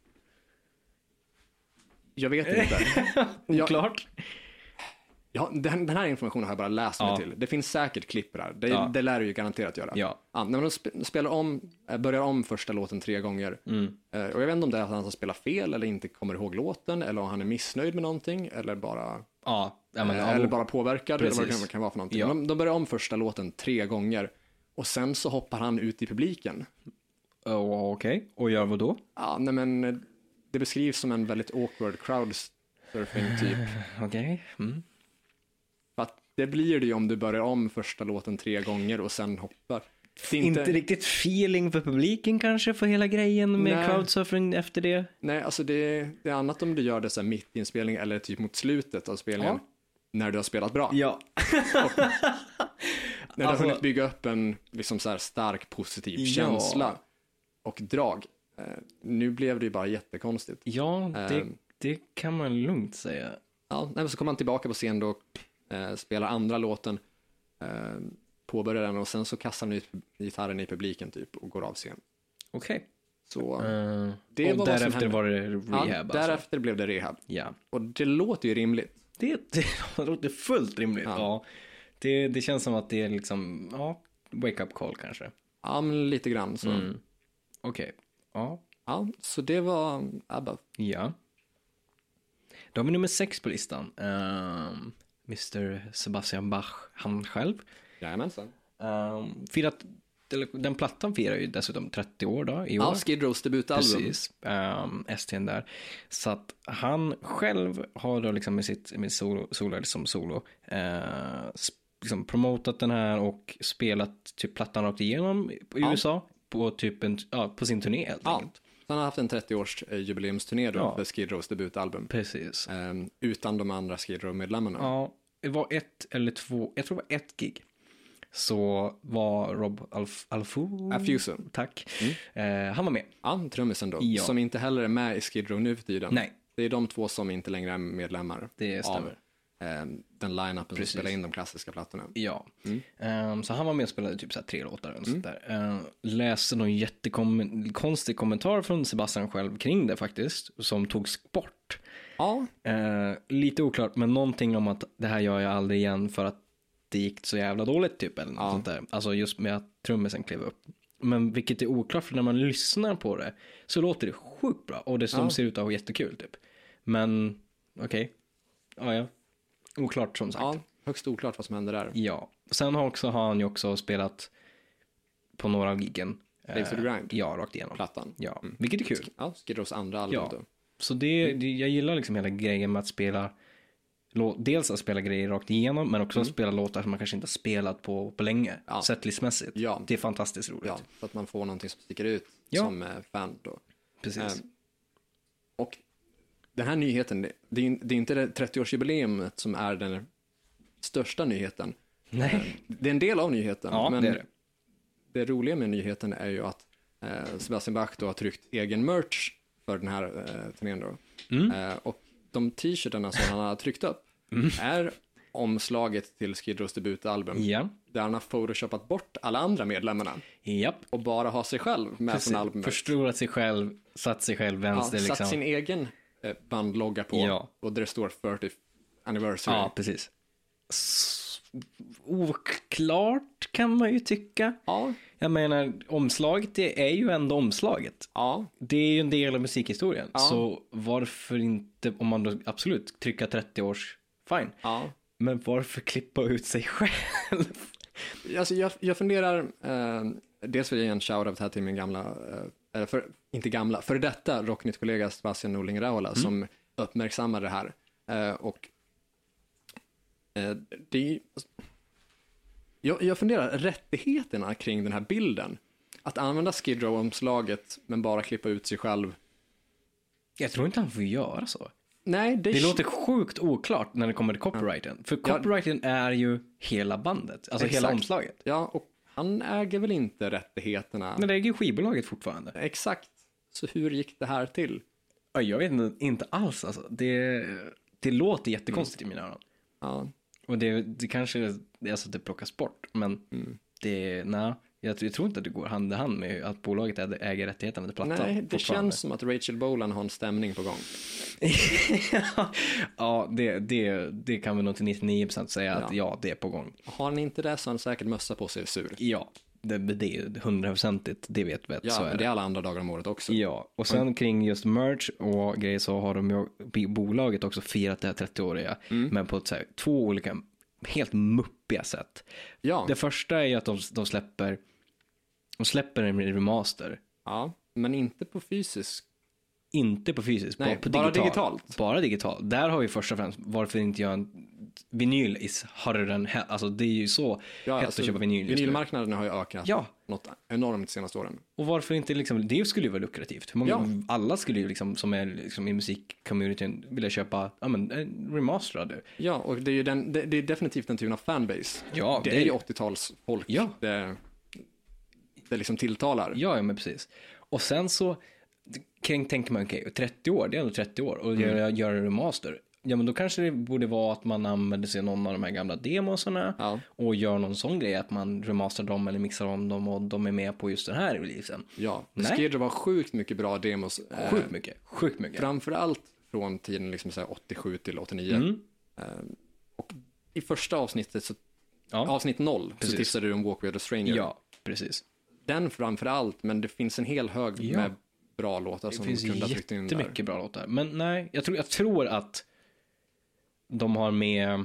Jag vet inte. Oklart. Ja, den här informationen har jag bara läst mig till. Det finns säkert klipp där. Det lär du ju garanterat göra. Ja. När de börjar om första låten 3 gånger. Och jag vet inte om det är att han har spelat fel eller inte kommer ihåg låten. Eller om han är missnöjd med någonting. Eller bara, eller bara påverkad. Precis. Eller vad det kan vara för någonting. Ja. De börjar om första låten 3 gånger. Och sen så hoppar han ut i publiken. Okej. Och gör vad då? Ja, nej men det beskrivs som en väldigt awkward crowdsurfing typ. Okej. För att det blir det ju om du börjar om första låten 3 gånger och sen hoppar. Inte riktigt feeling för publiken kanske för hela grejen med crowdsurfing efter det. Nej, alltså det är annat om du gör det så här mitt i en spelning eller typ mot slutet av spelningen när du har spelat bra. Ja. När du har hunnit bygga upp en liksom så här stark positiv känsla och drag. Nu blev det ju bara jättekonstigt. Ja, det kan man lugnt säga. Ja, men så kommer han tillbaka på scen då, spelar andra låten, påbörjar den och sen så kastar han ut gitarren i publiken typ och går av scen. Okej. Så det och var därefter var det rehab. Ja, därefter blev det rehab. Ja. Och det låter ju rimligt. Det låter fullt rimligt. Ja. Det känns som att det är liksom wake up call kanske. Ja, men lite grann så. Okej. Ja, så det var Abba. Ja. Då har vi nummer 6 på listan. Mr. Sebastian Bach, han själv. Jajamensan. Den plattan firar ju dessutom 30 år då i år. Ja, Skid Rows debutalbum. Precis, STN där. Så att han själv har då liksom med solo liksom promotat den här och spelat typ plattan rakt igenom i USA på typ på sin turné helt enkelt. Han har haft en 30-års jubileumsturné då för Skid Rows debutalbum. Precis. Utan de andra Skid Row-medlemmarna. Ja, det var 1 eller 2, jag tror det var 1 gig. Så var Rob Alfuso. Tack. Han var med. Ja, trummisen då. Ja. Som inte heller är med i Skid Row nu för tiden. Nej. Det är de 2 som inte längre är medlemmar. Det stämmer. Den line-upen som spelar in de klassiska plattorna. Ja. Så han var med och spelade typ så här 3 låtar och sånt där. Läste någon jättekonstig kommentar från Sebastian själv kring det faktiskt. Som togs bort. Ja. Lite oklart, men någonting om att det här gör jag aldrig igen för att det gick så jävla dåligt typ eller något sånt där. Alltså just med att trummisen klev upp. Men vilket är oklart, för när man lyssnar på det så låter det sjukt bra och det som ser ut att vara jättekul typ. Men okej. Ja. Oklart som sagt. Ja, högst oklart vad som händer där. Ja. Sen har han ju också spelat på några av giggen. Slave to the Grind. Ja, rakt igenom. Plattan. Ja, vilket är kul. Ja, Skid Rows andra album då. Så jag gillar liksom hela grejen med att spela dels att spela grejer rakt igenom, men också att spela låtar som man kanske inte har spelat på länge, setlistmässigt. Ja. Det är fantastiskt roligt. Ja, så att man får någonting som sticker ut som fan då. Precis. Och den här nyheten, det är inte det 30-årsjubileumet som är den största nyheten. Nej. Det är en del av nyheten, men det är det. Det roliga med nyheten är ju att Sebastian Bach då har tryckt egen merch för den här turnén då. Och de t-shirtarna som han har tryckt upp är omslaget till Skid Rows debutalbum. Ja. Där han har photoshopat bort alla andra medlemmarna. Japp. Och bara har sig själv med från albumet. Förstorat sig själv, satt sig själv vänster. Satt sin egen bandlogga på. Ja. Och där det står 30th anniversary. Ja, precis. Oklart kan man ju tycka. Ja. Jag menar, omslaget, det är ju ändå omslaget. Ja. Det är ju en del av musikhistorien. Ja. Så varför inte, om man då absolut trycka 30 års, fine. Ja. Men varför klippa ut sig själv? Alltså jag funderar, dels vill jag ge en shoutout här till min gamla, för detta Rocknytt-kollega Sebastian Norling Raola som uppmärksammade det här. Jag funderar, rättigheterna kring den här bilden, att använda Skid Row-omslaget men bara klippa ut sig själv. Jag tror inte han får göra så. Nej, det låter sjukt oklart när det kommer till copyrighten. För copyrighten är ju hela bandet, alltså hela omslaget. Ja, och han äger väl inte rättigheterna. Men det äger ju skivbolaget fortfarande. Exakt. Så hur gick det här till? Ja, jag vet inte alls. Alltså. Det låter jättekonstigt i mina öron. Ja. Och det kanske är så att det plockas bort. Men jag tror inte att det går hand i hand med att bolaget äger rättigheterna till plattan. Nej, det känns som att Rachel Bolan har en stämning på gång. Ja, det kan vi nog till 99% säga att ja, det är på gång. Har ni inte det så har han säkert mössa på sig sur. Ja, det är 100%, det vet. Ja, så men det är alla andra dagar om året också. Ja, och sen kring just merch och grejer så har de ju bolaget också firat det här 30-åriga. Men på två olika helt muppiga sätt. Ja. Det första är ju att de släpper en remaster. Ja, men inte på fysisk. Inte på fysiskt, Nej, på bara digitalt. Bara digitalt. Där har vi först och främst, varför inte göra en vinyl harder than hell. Alltså det är ju så hett att köpa vinyl. Vinylmarknaden har ju ökat något enormt de senaste åren. Och varför inte liksom, det skulle ju vara lukrativt. Alla skulle ju liksom, som är liksom i musikcommunityn vilja köpa en remasterad. Ja, och det är ju det är definitivt en typ av fanbase. Ja, det är ju 80-talsfolk. Ja. Det liksom tilltalar. Ja, men precis. Och sen så tänker man, 30 år, det är ändå 30 år och göra en remaster. Ja, men då kanske det borde vara att man använder sig av någon av de här gamla demosarna och gör någon sån grej att man remasterar dem eller mixar om dem och de är med på just den här releasen. Ja, Skid Row var sjukt mycket bra demos. Sjukt mycket. Framförallt från tiden liksom så här 87 till 89. Och i första avsnittet så avsnitt 0 så tipsade du om Walk With A Stranger. Ja, precis. Den framförallt, men det finns en hel hög med bra låtar som kunde ha tryckt in där. Det finns jättemycket bra låtar. Men nej, jag tror att de har med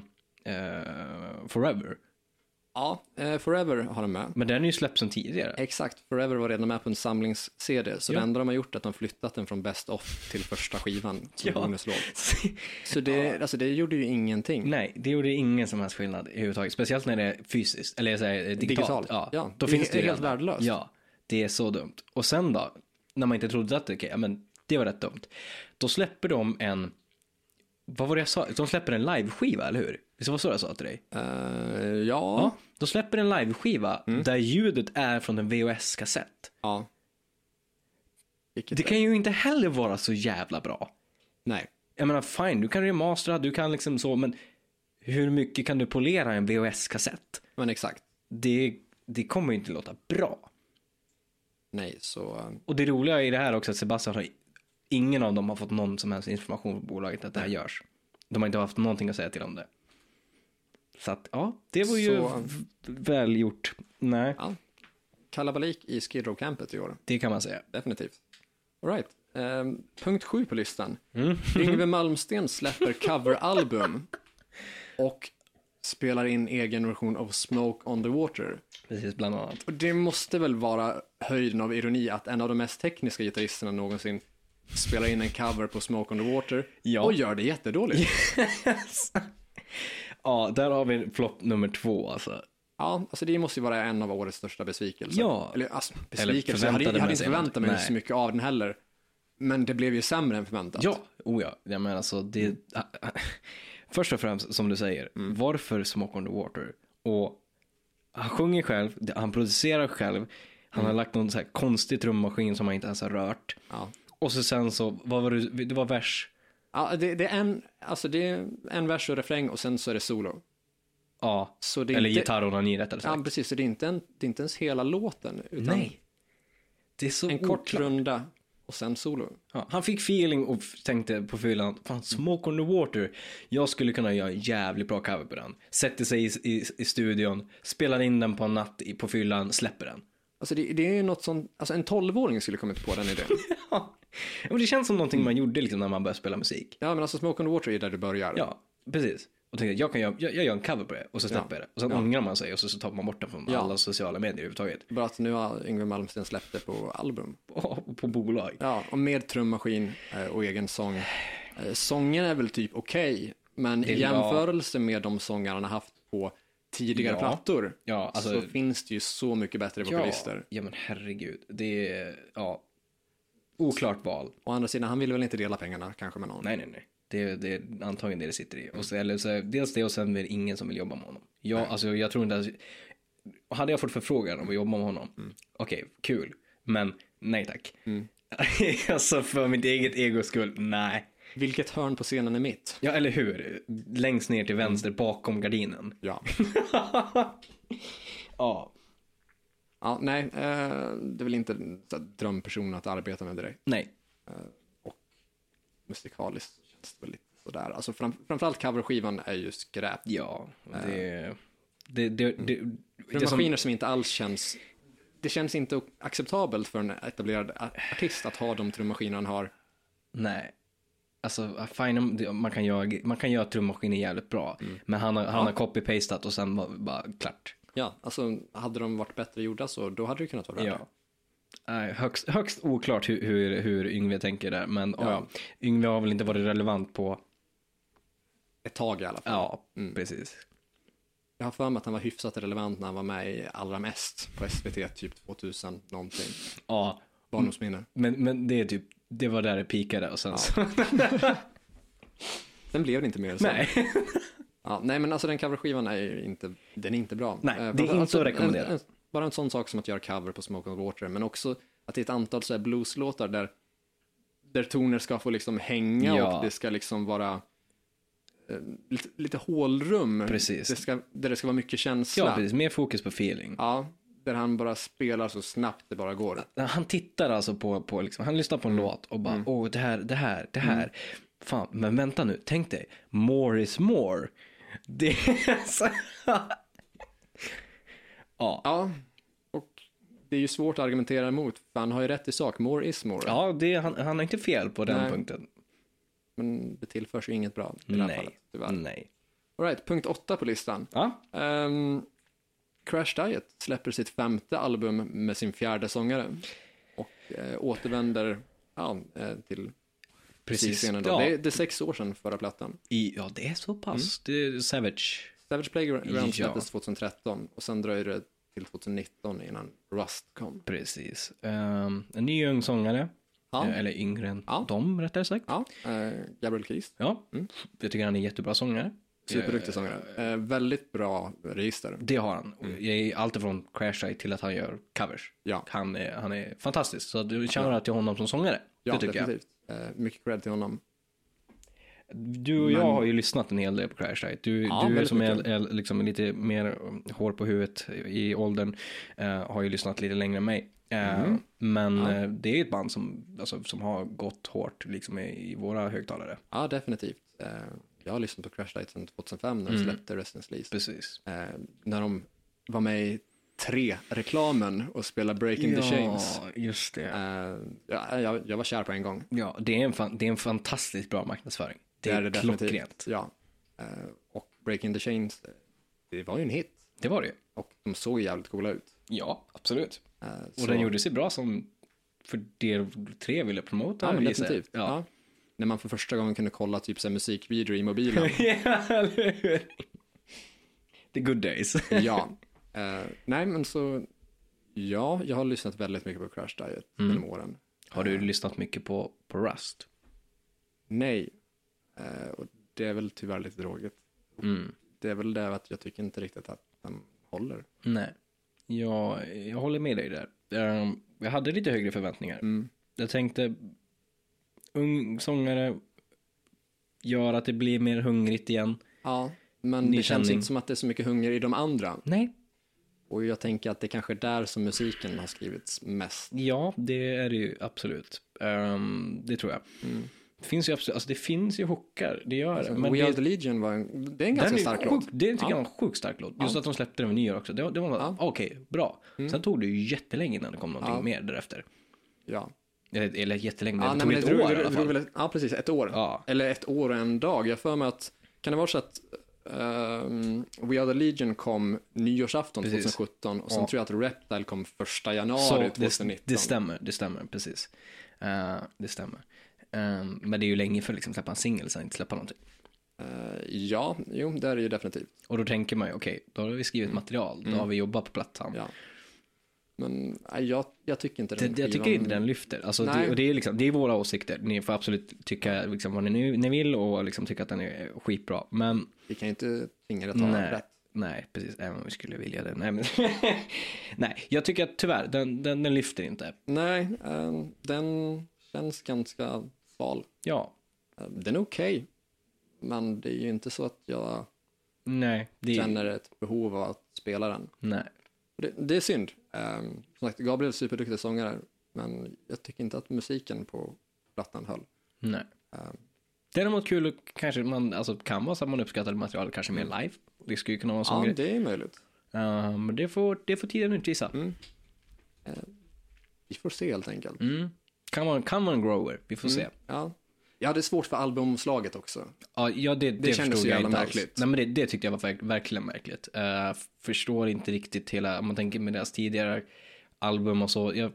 Forever. Ja, Forever har de med. Men den är ju släppt sedan tidigare. Exakt, Forever var redan med på en samlings-CD. Så det enda de har gjort är att de flyttat den från Best Of till första skivan som bonuslåt. Så det gjorde ju ingenting. Nej, det gjorde ingen som helst skillnad överhuvudtaget. Speciellt när det är fysiskt, eller så här, digitalt. Ja, då finns det helt värdelöst. Ja, det är så dumt. Och sen då, när man inte trodde att det var rätt dumt. Då släpper de en, vad var det jag sa? De släpper en liveskiva, eller hur? Visst var så jag sa till dig? Ja. De släpper en liveskiva där ljudet är från en VHS-kassett. Ja. Det kan ju inte heller vara så jävla bra. Nej. Jag menar, fine, du kan remastera, du kan liksom så, men hur mycket kan du polera en VHS-kassett? Men exakt. Det kommer ju inte låta bra. Nej, så... Och det roliga i det här också att Sebastian har, ingen av dem har fått någon som helst information på bolaget att det här görs. De har inte haft någonting att säga till om det. Så att, det var ju väl gjort. Nej. Ja. Kalabalik i Skid Row-campet i år. Det kan man säga. Definitivt. All right. Punkt 7 på listan. Yngve Malmsteen släpper coveralbum och spelar in egen version av Smoke on the Water. Precis, bland annat. Och det måste väl vara höjden av ironi att en av de mest tekniska gitarristerna någonsin spelar in en cover på Smoke on the Water och gör det jättedåligt. Yes. Ja, där har vi flopp nummer 2 alltså. Ja, alltså det måste ju vara en av årets största besvikelser. Ja. Eller besvikelse, jag hade inte förväntat mig så mycket av den heller. Men det blev ju sämre än förväntat. Ja, jag menar alltså det... Först och främst, som du säger, varför Smoke on the Water? Och han sjunger själv, han producerar själv, han har lagt någon så här konstig trummaskin som han inte ens har rört. Ja. Och så sen så, vad var det var vers? Ja, det är en vers och refräng och sen så är det solo. Ja, så det är eller inte... gitarronani rättare sagt. Ja, precis. Så det är inte ens hela låten. Utan Nej. Det är så en kort runda och sen solo. Ja, han fick feeling och tänkte på fyllan, fan, Smoke on the Water. Jag skulle kunna göra en jävligt bra cover på den. Sätter sig i studion, spelar in den på en natt på fyllan, släpper den. Alltså det är ju något som, alltså en 12-åring skulle kommit på den idén. Ja, men det känns som någonting man gjorde liksom när man började spela musik. Ja, men alltså Smoke on the Water är där du börjar. Ja, precis. Och tänkte jag gör en cover på det och så släpper jag det. Och sen ångrar man sig och så tar man bort den från alla sociala medier överhuvudtaget. Bara att nu har Yngwie Malmsteen släppt det på album. På bolag. Ja, och med trummaskin och egen sång. Sången är väl typ okej, men i jämförelse med de sångar han har haft på tidigare plattor så finns det ju så mycket bättre vokalister. Ja, men herregud. Det är, oklart val. Å andra sidan, han vill väl inte dela pengarna kanske med någon. Nej. Det är antagligen det sitter i. Och så, eller så, dels det och sen är det ingen som vill jobba med honom. Jag tror inte att... Hade jag fått förfrågan om att jobba med honom, okej, kul. Men nej tack. Alltså för mitt eget egos skull, nej. Vilket hörn på scenen är mitt? Ja, eller hur? Längst ner till vänster bakom gardinen. Ja. Ja. Ja, nej. Det är väl inte drömperson att arbeta med direkt. Nej. Och musikaliskt känns det väl lite sådär. Alltså framförallt coverskivan är ju skräp. Ja, maskiner som inte alls känns... Det känns inte acceptabelt för en etablerad artist att ha de trummaskiner han har. Nej. Alltså, man kan göra trummaskiner jävligt bra. Men han har copy-pastat och sen bara klart. Ja, alltså hade de varit bättre gjorda så då hade det kunnat vara bra. Ja. Högst oklart hur Yngwie tänker där. Men Yngwie har väl inte varit relevant på ett tag i alla fall. Ja, precis. Jag har för mig att han var hyfsat relevant när han var med i Allra mest på SVT typ 2000 någonting. Ja. Barndomsminne. Men det är typ, det var där det pikade och sen så. Sen blev det inte mer så. Nej. Nej, men alltså den coverskivan är inte bra. Nej, det är inte att rekommendera. Bara en sån sak som att göra cover på Smoke on the Water, men också att det är ett antal så här blueslåtar där toner ska få liksom hänga och det ska liksom vara lite hålrum. Precis. Där det ska vara mycket känsla. Ja, precis. Mer fokus på feeling. Ja, där han bara spelar så snabbt det bara går. Han tittar alltså på liksom, han lyssnar på en låt och bara, det här. Fan, men vänta nu, tänk dig, more is more. Det är så... Ja, och det är ju svårt att argumentera emot, för han har ju rätt i sak, more is more. Ja, han har inte fel på den punkten. Men det tillförs ju inget bra i det här fallet, tyvärr. Nej. All right, punkt 8 på listan. Crash Diet släpper sitt 5:e album med sin 4:e sångare och återvänder till precis scenen då. Det är 6 år sedan förra plattan. Ja, det är så pass. Det är Savage Playground släpptes 2013 och sen dröjer det till 2019 innan Rust kom. Precis. En ny ung sångare. Eller yngre än dem, rättare sagt. Gabriel Keys. Jag tycker han är jättebra sångare. Superduktig sångare. Väldigt bra register. Det har han. Jag är alltifrån Crash Diet till att han gör covers. Ja. Han är fantastisk. Så du känner till honom som sångare. Ja, det definitivt. Mycket cred till honom. Du och jag har ju lyssnat en hel del på Crash Diet. Du som är liksom lite mer hår på huvudet i åldern har ju lyssnat lite längre än mig. Men det är ett band som har gått hårt liksom i våra högtalare. Ja, definitivt. Jag har lyssnat på Crash Diet sedan 2005 när de släppte Residence Lease. Precis. När de var med i 3-reklamen och spelade Breaking the Chains. Ja, just det. Jag var kär på en gång. Ja, det är en fantastiskt bra marknadsföring. Det är klockrent. Ja. Och Breaking the Chains, det var ju en hit. Det var det ju. Och de såg jävligt coola ut. Ja, absolut. Och den gjorde sig bra som för det 3 ville promota. Ja, men definitivt. Ja. När man för första gången kunde kolla typ så här musikvideo i mobilen. Ja, eller hur? The good days. Ja. Nej, men så... Ja, jag har lyssnat väldigt mycket på Crash Diet genom åren. Har du lyssnat mycket på Rust? Nej. Och det är väl tyvärr lite tråkigt. Det är väl det att jag tycker inte riktigt att den håller. Nej. Jag håller med dig där. Jag hade lite högre förväntningar. Jag tänkte ung sångare gör att det blir mer hungrigt igen. Ja. Men det känns inte som att det är så mycket hunger i de andra. Nej. Och jag tänker att det kanske är där som musiken har skrivits mest. Ja, det är det ju absolut. Det tror jag. Det finns ju absolut, alltså det finns ju hookar, det gör det. Men We Are The Legion det är en ganska stark låt. Det tycker jag var en sjukt stark låt. Just att de släppte den med nyår också. Det var okej, bra. Sen tog det ju jättelänge innan det kom någonting mer därefter. Ja. Eller jättelänge, det tog ett år i alla fall. Ja, precis, ett år. Ja. Eller ett år och en dag. Jag för mig att, kan det vara så att We Are The Legion kom nyårsafton 2017 och sen tror jag att Reptile kom 1 januari 2019. Det stämmer, precis. Det stämmer. Men det är ju länge för liksom släppa en singel sen inte släppa någonting. Ja, jo, det är det ju definitivt. Och då tänker man ju, okej, då har vi skrivit material, då har vi jobbat på plattan. Ja. Men jag tycker inte den jag tycker inte den lyfter. Alltså, det är liksom, det är våra åsikter. Ni får absolut tycka liksom vad ni vill och liksom tycka att den är skitbra. Men vi kan ju inte tvinga det att ta rätt. Nej, precis. Även om vi skulle vilja det. Nej, men nej, jag tycker att tyvärr, den lyfter inte. Nej, den känns ganska sval. Ja. Den är okej. Men det är ju inte så att jag känner ett behov av att spela den. Nej. Det är synd. Som sagt, Gabriel är superduktig sångare. Men jag tycker inte att musiken på plattan höll. Nej. Däremot kul och kanske kan vara så att man uppskattar material kanske mer live. Det skulle ju kunna vara en sån grej. Ja, det är möjligt. Men det får tiden utvisa. Vi får se helt enkelt. Kan vara en grower. Vi får se. Ja. Ja, det är svårt för albumomslaget också. Ja, det kändes ju jävla märkligt. Nej, men det tyckte jag var verkligen märkligt. Förstår inte riktigt hela, om man tänker med deras tidigare album och så.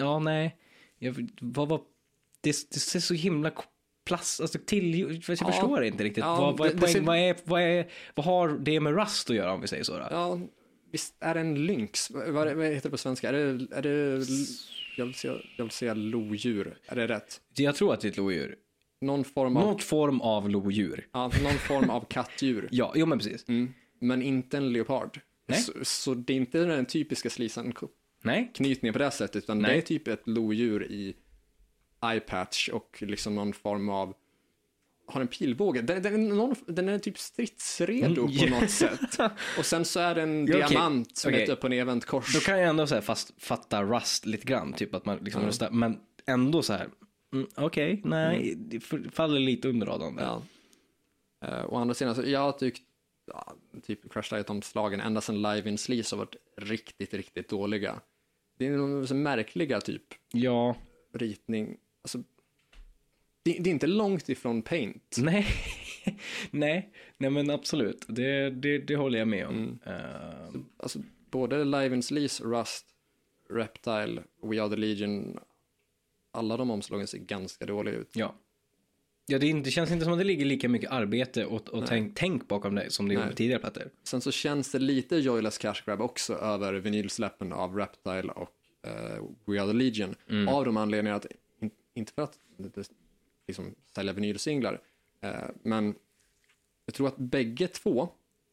Det ser så himla plats, alltså jag förstår inte riktigt. Vad har det med Rust att göra om vi säger så då? Ja, visst är det en lynx. Vad heter det på svenska? Är det jag vill säga lodjur. Är det rätt? Jag tror att det är ett lodjur. Någon form av lodjur. Ja, någon form av kattdjur. Ja, jo men precis. Men inte en leopard. Nej. Så det är inte den typiska slisan knytningen på det sättet, utan det är typ ett lodjur i eyepatch och liksom någon form av har en pilbåge. Den är typ stridsredo på något sätt. Och sen så är det en diamant som är upp på en event kors. Då kan jag ändå så här fatta Rust lite grann, typ att man liksom röstar, men ändå så här det faller lite under radarn där. Ja. Och andra sidan, så jag tyckte typ Crash Diet-omslagen ända sedan Live in Sleaze har varit riktigt, riktigt dåliga. Det är någon så märkliga typ ritning. Alltså, det är inte långt ifrån Paint. Nej men absolut. Det håller jag med om. Alltså, både Live in Sleaze, Rust, Reptile, We Are The Legion, alla de omslagen ser ganska dåliga ut. Ja, det känns inte som att det ligger lika mycket arbete och tänk bakom det som det gjorde tidigare plattor. Sen så känns det lite Joyless Cash Grab också över vinylsläppen av Reptile och We Are The Legion. Av de anledningarna att, inte för att det liksom sälja vinylsinglar, men jag tror att bägge två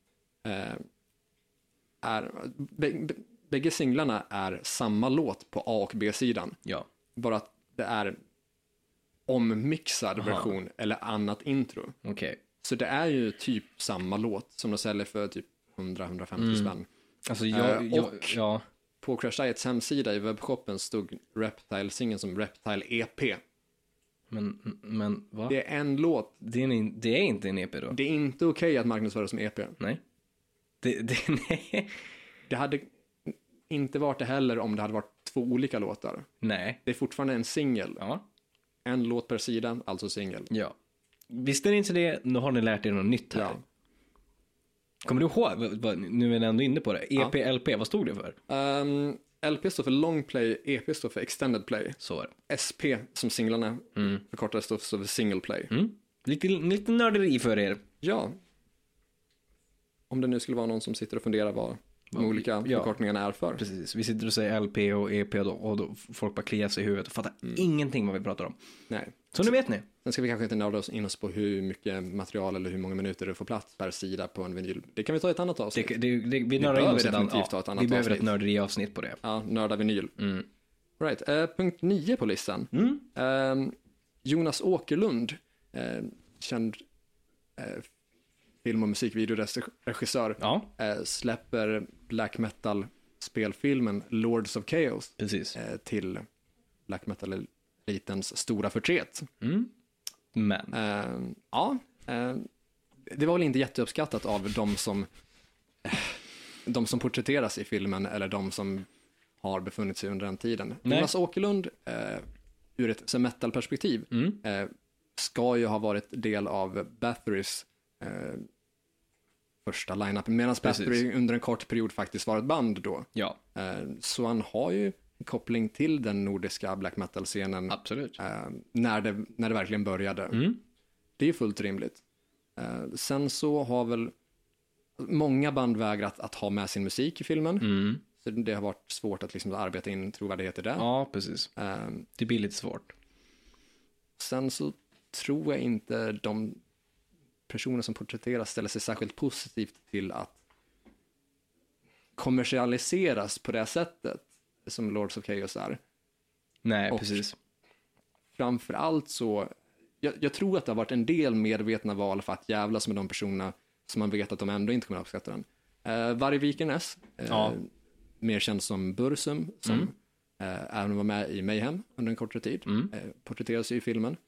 bägge singlarna är samma låt på A och B-sidan. Ja. Bara att det är ommixad version eller annat intro. Okay. Så det är ju typ samma låt som de säljer för typ 100-150 spänn. Alltså på Crash Diets hemsida i webbshoppen stod Reptile-singeln som Reptile EP. Men va? Det är en låt. Det är inte en EP då? Det är inte okej att marknadsföra som EP. Nej. Nej. Det hade inte varit det heller om det hade varit 2 olika låtar. Nej. Det är fortfarande en singel. Ja. En låt per sida, alltså singel. Ja. Visste ni inte det? Nu har ni lärt er något nytt här. Ja. Kommer du ihåg? Nu är ni ändå inne på det. EP, LP, vad stod det för? LP står för long play, EP står för extended play. Så är det. SP som singlarna förkortade står för single play. Lite nörderi för er. Ja. Om det nu skulle vara någon som sitter och funderar vad de olika förkortningarna är för. Precis, vi sitter och säger LP och EP och då folk bara kliar sig i huvudet och fattar ingenting vad vi pratar om. Nej. Så nu vet ni. Sen ska vi kanske inte nörda oss in oss på hur mycket material eller hur många minuter det får plats per sida på en vinyl. Det kan vi ta i ett annat avsnitt. Vi behöver definitivt ta ett annat avsnitt. Vi behöver ett nörderi-avsnitt på det. Ja, nörda vinyl. Right. Punkt 9 på listan. Jonas Åkerlund, känd film- och musikvideoregissör, släpper black metal-spelfilmen Lords of Chaos till black metal-elitens stora förtret. Men det var väl inte jätteuppskattat av de som porträtteras i filmen eller de som har befunnit sig under den tiden. Jonas Åkerlund, ur ett metal-perspektiv, ska ju ha varit del av Bathory's första line-up, medan Bathory under en kort period faktiskt var ett band då. Ja. Så han har ju en koppling till den nordiska black metal-scenen. Absolut. När det verkligen började. Det är ju fullt rimligt. Sen så har väl många band vägrat att ha med sin musik i filmen. Så det har varit svårt att liksom arbeta in trovärdighet i det. Ja, precis. Det blir lite svårt. Sen så tror jag inte de personer som porträtteras ställer sig särskilt positivt till att kommersialiseras på det sättet som Lords of Chaos är. Nej, och precis. Framförallt så jag tror att det har varit en del medvetna val för att jävlas med de personerna som man vet att de ändå inte kommer att uppskatta den. Varg Vikernes, mer känd som Bursum, som även var med i Mayhem under en kortare tid, porträtteras i filmen.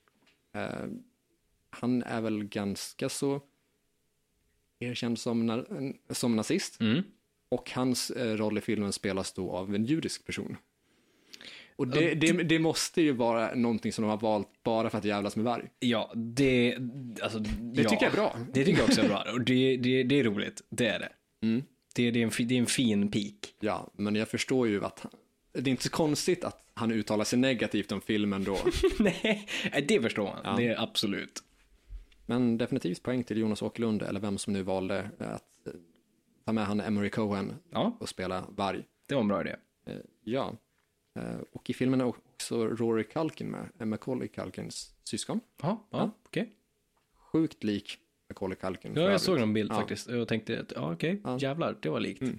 Han är väl ganska så erkänd som nazist. Och hans roll i filmen spelas då av en judisk person. Och det måste ju vara någonting som de har valt bara för att jävlas med varg. Ja, det tycker jag är bra. Det tycker jag också är bra. Och det är roligt, det är det. Det är en fin peak. Ja, men jag förstår ju att det är inte så konstigt att han uttalar sig negativt om filmen då. Nej, det förstår man. Ja. Det är absolut. Men definitivt poäng till Jonas Åkerlund, eller vem som nu valde att ta med han Emery Cohen och spela varg. Det var en bra idé. Ja. Och i filmen är också Rory Culkin med, Macaulay Culkins syskon. Ja, okej. Sjukt lik Macaulay Culkin. Ja, jag såg en bild faktiskt. Jag tänkte att, jävlar, det var likt.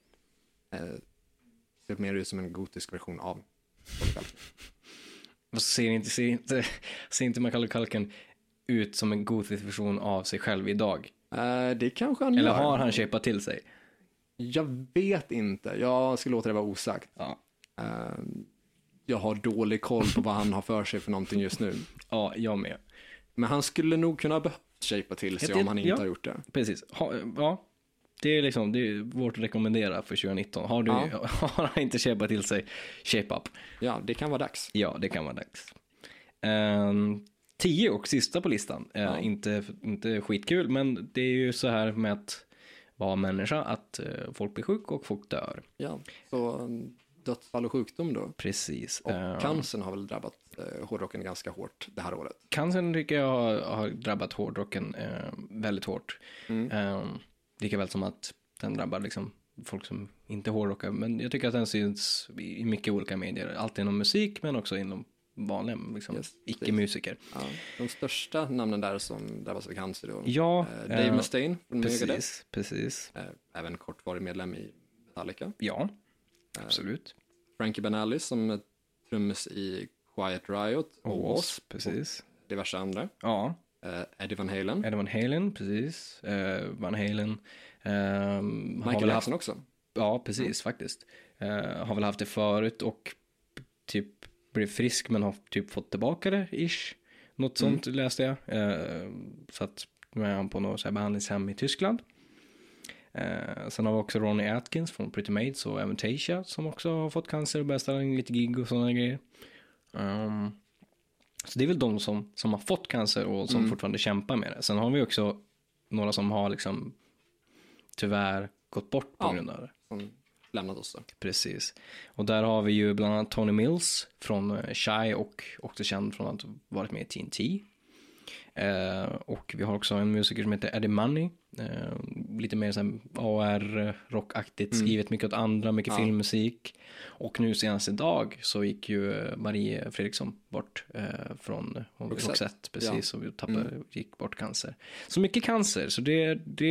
Ser mer ut som en gotisk version av Macaulay Culkin. Ser inte Macaulay Culkin ut som en gotisk version av sig själv idag? Det kanske han Eller gör. har han shapat till sig? Jag vet inte. Jag ska låta det vara osagt. Jag har dålig koll på vad han har för sig för någonting just nu. Ja, jag med. Men han skulle nog kunna behöva shapea till sig om han inte har gjort det. Precis. Det är vårt att rekommendera för 2019. Har han inte shapat till sig, shape up. Ja, det kan vara dags. Ja, det kan vara dags. 10 och sista på listan. Inte skitkul, men det är ju så här med att vara människa, att folk blir sjuk och folk dör. Ja, så dödsfall och sjukdom då. Precis. Och cancern har väl drabbat hårdrocken ganska hårt det här året. Cancern tycker jag har drabbat hårdrocken väldigt hårt. Lika väl som att den drabbar liksom folk som inte hårdrockar. Men jag tycker att den syns i mycket olika medier. Alltid inom musik, men också inom vanliga icke-musiker. Ja, de största namnen där som drabbas av cancer då. Ja, Dave Mustaine från Megadeth. Precis. Även kortvarig medlem i Metallica. Ja, absolut. Frankie Banali som trummis i Quiet Riot och oss, precis. Och diverse andra. Ja. Eddie Van Halen, precis. Van Halen. Michael Jackson också. Ja, precis, faktiskt. Har väl haft det förut och typ blev frisk, men har typ fått tillbaka det, ish. Något sånt läste jag. Så att nu är han på något så här behandlingshem i Tyskland. Sen har vi också Ronnie Atkins från Pretty Maids och Avantasia som också har fått cancer och börjat ställa in lite gig och sådana grejer. Så det är väl de som har fått cancer och som fortfarande kämpar med det. Sen har vi också några som har liksom tyvärr gått bort på grund av det. Som lämnat oss då. Precis. Och där har vi ju bland annat Tony Mills från Shy och också känd från att ha varit med i TNT. Och vi har också en musiker som heter Eddie Money. Lite mer såhär AR-rockaktigt, skrivet mycket åt andra, mycket filmmusik. Och nu senaste dag så gick ju Marie Fredriksson bort från Roxette, precis, och gick bort cancer. Så mycket cancer, så det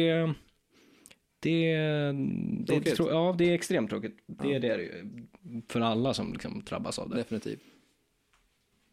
är extremt tråkigt. Det är det för alla som liksom drabbas av det. Definitivt.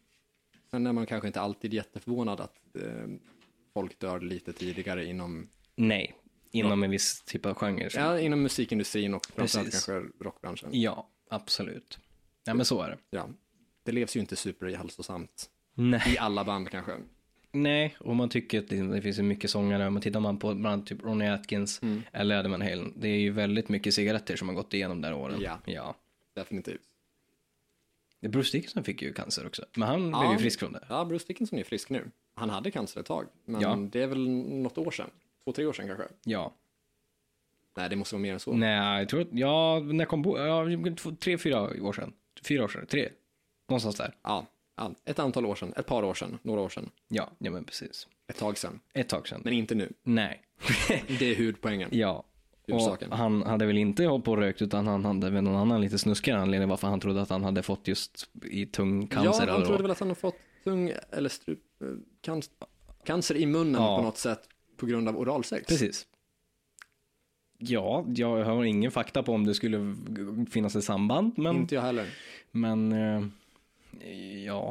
Sen är man kanske inte alltid jätteförvånad att folk dör lite tidigare inom Nej, inom en viss typ av genre. Ja, inom musikindustrin och framförallt kanske rockbranschen. Ja, absolut. Ja, men så är det. Ja, det levs ju inte superhälsosamt. Nej. I alla band kanske. Nej, och man tycker att det finns ju mycket sångare. Man tittar man på bland typ Ronnie Atkins eller Eddie Van Halen. Det är ju väldigt mycket cigaretter som har gått igenom där åren. Ja. Definitivt. Bruce Dickinson fick ju cancer också. Men han blev ju frisk från det. Ja, Bruce Dickinson är frisk nu. Han hade cancer ett tag. Men det är väl något år sedan. 2-3 år sedan kanske. Ja. Nej, det måste vara mer än så. Nej, jag tror att, när jag kom på, 3-4 år sedan. 4 år sedan, 3. Någonstans där. Ja, ett antal år sedan, ett par år sedan, några år sedan. Ja men precis. Ett tag sedan. Men inte nu. Nej. Det är hudpoängen. Ja. Och han hade väl inte hållit på och rökt, utan han hade väl någon annan lite snuskigare anledning varför han trodde att han hade fått just i tungcancer. Ja, han trodde väl att han hade fått eller cancer i munnen på något sätt på grund av oralsex. Precis. Ja, jag har ingen fakta på om det skulle finnas ett samband. Men, inte jag heller. Men ja.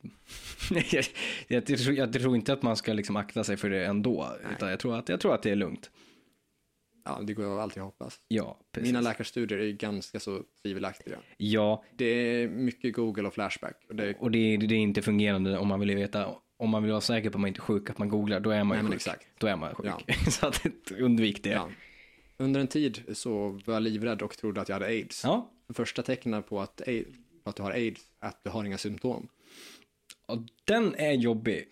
jag tror inte att man ska liksom akta sig för det ändå. Utan jag tror att det är lugnt. Ja, det går alltid att hoppas. Ja, precis. Mina läkarstudier är ganska så tvivelaktiga. Ja. Det är mycket Google och Flashback. Och det är inte fungerande om man vill veta. Om man vill vara säker på att man inte är sjuk, att man googlar, då är man ju sjuk. Exakt. Då är man sjuk. Ja. Så att undvik det. Ja. Under en tid så var jag livrädd och trodde att jag hade AIDS. Ja. Första tecknen på att du har AIDS är att du har inga symptom. Och den är jobbig.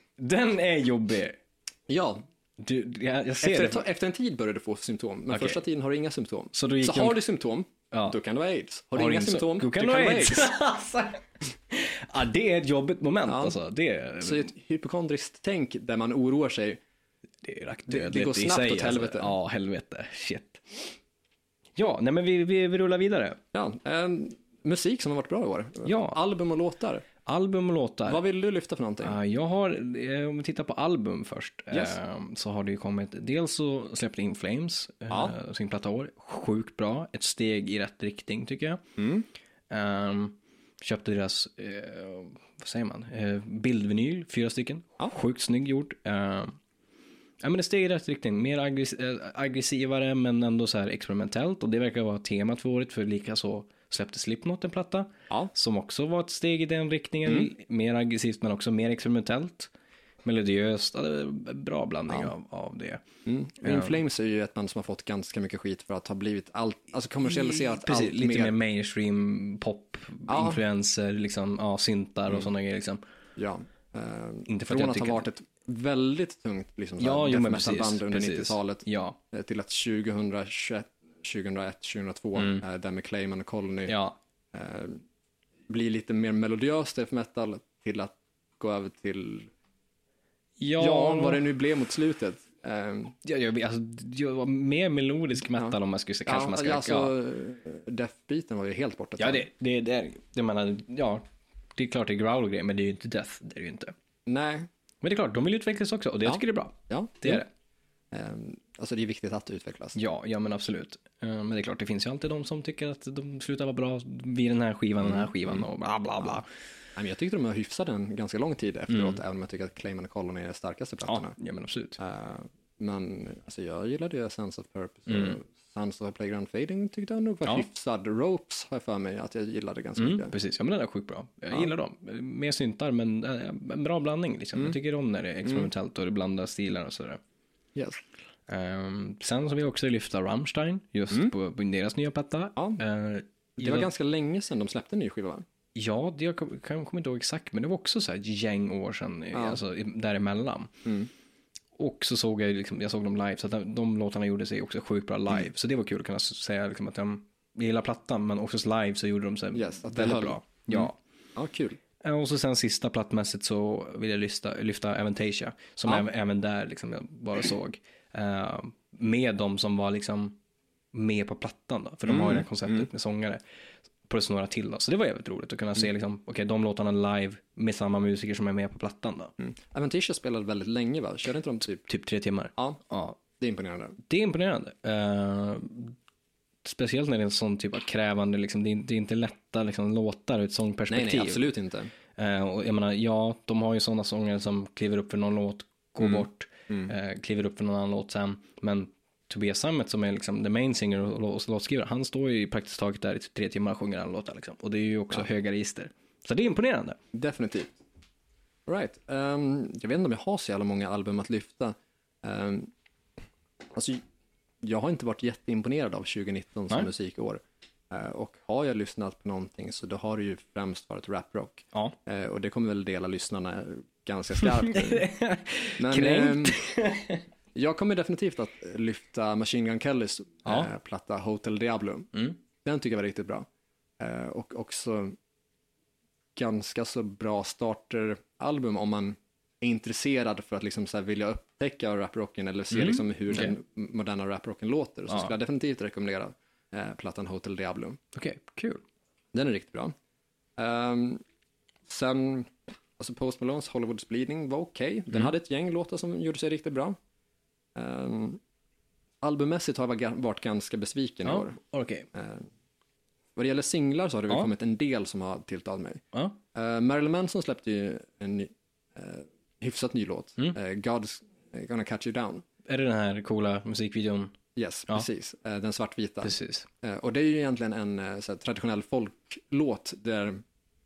Ja. Jag ser efter en tid började du få symptom. Men första tiden har du inga symptom. Så har du symptom, då kan du ha AIDS. Har du inga symptom, då kan du ha AIDS. Ja, det är ett jobbigt moment. Alltså. Så ett hypokondriskt tänk där man oroar sig. Det går snabbt åt helvete. Ja, helvete. Shit. Ja, nej men vi rullar vidare. Ja, musik som har varit bra i år. Ja. Album och låtar. Vad vill du lyfta för någonting? Jag har, om vi tittar på album först, så har det ju kommit, dels så släppte In Flames sin platta år, sjukt bra, ett steg i rätt riktning tycker jag. Köpte deras, vad säger man, bildvinyl, 4 stycken, sjukt snygg gjort. Ja, men det steg i rätt riktning, mer aggressivare men ändå så här experimentellt, och det verkar vara temat för året, för lika så släppte Slipknot en platta som också var ett steg i den riktningen, mer aggressivt men också mer experimentellt, melodiöst, bra blandning av det. In Flames är ju ett band som har fått ganska mycket skit för att ha blivit kommersialiserat. Precis, allt lite mer mainstream pop influenser liksom, syntar och sådana grejer liksom. Ja. Inte för att jag tycker ha varit ett väldigt tungt liksom, death metal-band under 90-talet till att 2021, 2002 där med Clayman och Colony blir lite mer melodiöst death metal till att gå över till vad det nu blev mot slutet. Mer melodisk metal om man skulle säga, kanske man ska. Alltså, death-biten var ju helt borta. Ja, det menar, det är klart det är growl och grejer, men det är ju inte death, det är det ju inte. Nej. Men det är klart, de vill utvecklas också, och det jag tycker det är bra. Ja, det är det. Alltså det är viktigt att utvecklas. Ja men absolut. Men det är klart, det finns ju alltid de som tycker att de slutar vara bra vid den här skivan och bla bla bla. Men jag tyckte de har hyfsat den ganska lång tid efteråt, även om jag tycker att Clayman och Colony är de starkaste plattorna. Ja men absolut. Men alltså, jag gillade ju Sense of Purpose och Sons of Playground Fading tyckte jag nog var hyfsad. Ropes har jag för mig att jag gillade ganska mycket. Precis, ja men den är sjukt bra. Jag gillar dem. Mer syntar, men en bra blandning liksom. Jag tycker om när det är experimentellt och det blandar stilar och sådär. Yes. Sen så vill jag också lyfta Rammstein just på deras nya platta. Det var ganska länge sedan de släppte en ny skiva, va? Ja, jag kommer inte ihåg exakt, men det var också så här gäng år sedan, alltså däremellan. Och så såg jag såg dem live, så att de låtarna gjorde sig också sjukt bra live. Så det var kul att kunna säga liksom, att de gillar plattan, men också live så gjorde de sig väldigt bra. Ja, kul. Och så sen sista plattmässigt så vill jag lyfta Avantasia, som även där liksom jag bara såg. Med de som var liksom med på plattan då, för de har ju det här konceptet med sångare. Plus några till då. Så det var jävligt roligt att kunna se liksom, de låtarna live med samma musiker som är med på plattan då. Avantasia spelade väldigt länge, va? Körde inte de typ 3 timmar? Ja. Det är imponerande. Det är imponerande. Speciellt när det är en sån typ av krävande liksom, det är inte lätta liksom, låtar ur ett sångperspektiv. Nej, absolut inte. Och jag menar, de har ju sådana sångare som kliver upp för någon låt, går bort. kliver upp för någon annan låt sen. Men Tobias Sammet som är liksom the main singer och låtskrivare, han står ju praktiskt taget där i 3 timmar och sjunger alla låtar liksom. Och det är ju också höga register. Så det är imponerande. Definitivt. Right. Jag vet inte om jag har så jävla många album att lyfta. Alltså, jag har inte varit jätteimponerad av 2019 som musikår. Och har jag lyssnat på någonting så då har det ju främst varit rap-rock. Ja. Och det kommer väl dela lyssnarna ganska skarpt. Men jag kommer definitivt att lyfta Machine Gun Kellys platta Hotel Diablo. Den tycker jag var riktigt bra. Och också ganska så bra starteralbum om man är intresserad för att liksom så här vilja upptäcka raprocken eller se liksom hur den moderna raprocken låter. Så skulle jag definitivt rekommendera plattan Hotel Diablo. Okej, kul. Den är riktigt bra. Sen, alltså Post Malones Hollywood's Bleeding var okej. Den hade ett gäng låtar som gjorde sig riktigt bra. Albummässigt har jag varit ganska besviken i år. Okej. Vad det gäller singlar så har det väl kommit en del som har tilltalat mig. Marilyn Manson släppte ju en hyfsat ny låt. God's Gonna Catch You Down. Är det den här coola musikvideon? Yes, precis. Den svartvita. Precis. Och det är ju egentligen en så här, traditionell folklåt där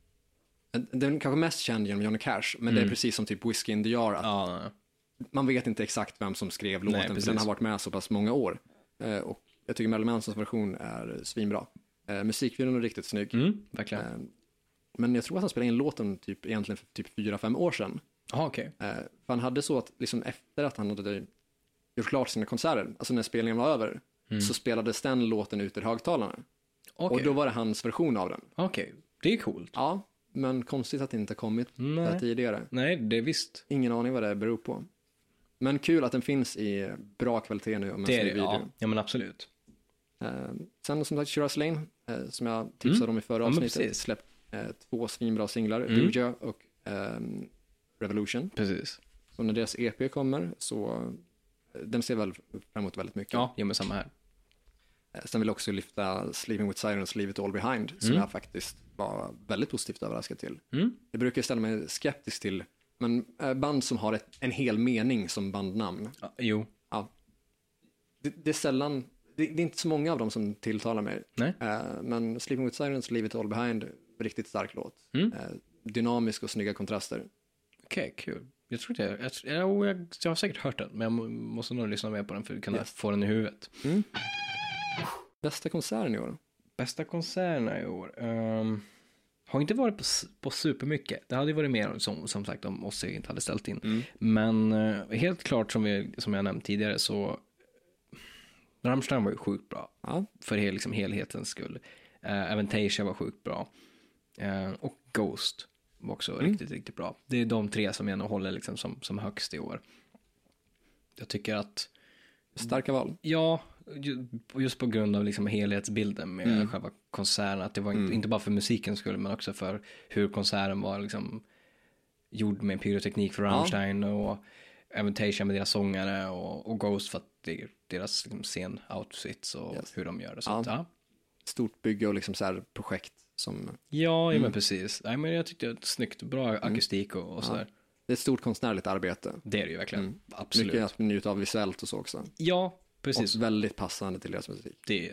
den kanske mest känd genom Johnny Cash, men det är precis som typ Whiskey in the Jar. Att man vet inte exakt vem som skrev låten, för den har varit med så pass många år. Och jag tycker Marilyn Mansons version är svinbra. Musikvideon är riktigt snygg. Verkligen. Men jag tror att han spelade in låten egentligen för typ 4-5 år sedan. Okej. För han hade så att liksom efter att han hade gjort klart sina konserter, alltså när spelningen var över, så spelades den låten ut i högtalarna. Och då var det hans version av den. Okej, det är coolt. Ja, men konstigt att det inte kommit tidigare. Nej, det är visst. Ingen aning vad det beror på. Men kul att den finns i bra kvalitet nu. Det är det, ja men absolut. Sen som sagt, Shiraz Lane, som jag tipsade om i förra avsnittet, släppt 2 svinbra singlar, Ruja och Revolution. Precis. Så när deras EP kommer så den ser väl fram emot väldigt mycket. Ja, men samma här. Sen vill jag också lyfta Sleeping with Sirens, Leave It All Behind, som jag faktiskt var väldigt positivt överraskad till. Jag brukar ställa mig skeptisk till, men band som har en hel mening som bandnamn. Jo. Ja. Det är sällan, det är inte så många av dem som tilltalar mig. Nej. Men Sleeping with Sirens, Leave It All Behind, riktigt stark låt. Dynamisk och snygga kontraster. Okej, kul. Jag tror inte jag har säkert hört den, men jag måste nog lyssna mer på den för att kunna få den i huvudet. Bästa konserten i år? Bästa konserterna i år? Har inte varit på supermycket. Det hade ju varit mer som sagt om Ozzy inte hade ställt in. Men helt klart som jag nämnt tidigare så Rammstein var ju sjukt bra. För liksom helhetens skull. Avantasia var sjukt bra. Och Ghost var också riktigt, riktigt bra. Det är de 3 som jag nog håller liksom som högst i år. Jag tycker att starka val. Ja, just på grund av liksom helhetsbilden med själva konserten. Att det var inte bara för musikens skull, men också för hur konserten var liksom gjord med pyroteknik för Rammstein och Avantasia med deras sångare och Ghost för att det är deras liksom scen-outfits och hur de gör det. Så stort bygge och liksom så här projekt som... Ja, men precis. Nej, men jag tyckte det var snyggt, bra akustik och sådär. Det är ett stort konstnärligt arbete. Det är det ju verkligen, absolut. Mycket att njuta av visuellt och så också. Ja, precis. Och väldigt passande till deras musik. Det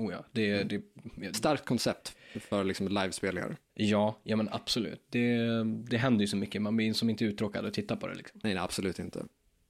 starkt koncept för liksom livespelningar. Ja, men absolut. Det händer ju så mycket, man blir som inte uttråkad att titta på det liksom. Nej, absolut inte.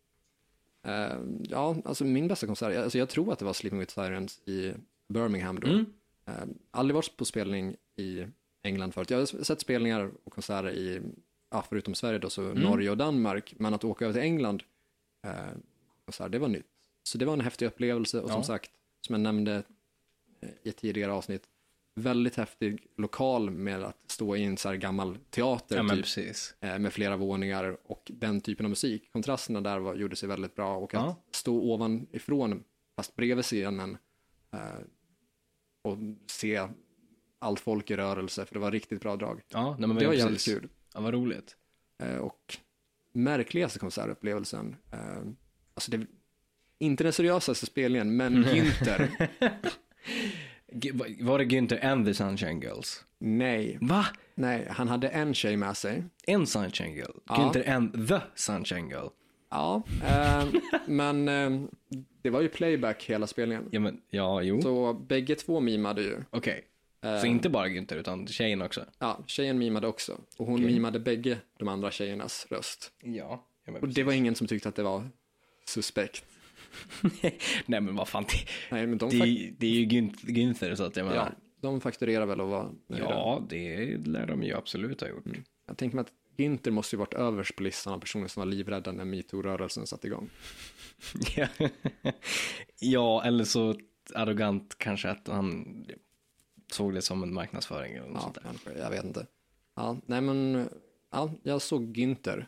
Alltså min bästa konsert, alltså jag tror att det var Sleeping with Sirens i Birmingham då. Aldrig varit på spelning i England förut. Jag har sett spelningar och konserter i, förutom Sverige då, så Norge och Danmark. Men att åka över till England, det var nytt. Så det var en häftig upplevelse och som sagt, som jag nämnde i ett tidigare avsnitt, väldigt häftig lokal med att stå i en så här gammal teater med flera våningar och den typen av musik. Kontrasterna där gjorde sig väldigt bra och att stå ovanifrån fast bredvid scenen och se allt folk i rörelse, för det var riktigt bra drag. Ja, det var jävligt kul. Ja, vad roligt. Och märkligaste konsertupplevelsen, alltså det inte den seriösaste spelningen, men Günther. Var det Günther and the Sunshine Girls? Nej. Va? Nej, han hade en tjej med sig. En Sunshine Girl? Günther and the Sunshine Girl? Ja, men det var ju playback hela spelningen. Ja, men, jo. Så bägge två mimade ju. Okej. Så inte bara Günther utan tjejen också? Ja, tjejen mimade också. Och hon mimade bägge de andra tjejernas röst. Ja. Och det var ingen som tyckte att det var suspekt. Nej, men vad fan. Nej, men det är ju Günther, så att jag menar. Ja, de fakturerar väl och var nöjda. Ja, det lär de ju absolut ha gjort. Jag tänker mig att Günther måste ju varit överst på listan av personer som var livrädda när MeToo-rörelsen satt igång. Ja, eller så arrogant kanske att han såg det som en marknadsföring eller något sånt där. Kanske, jag vet inte. Ja, nej men, jag såg Günther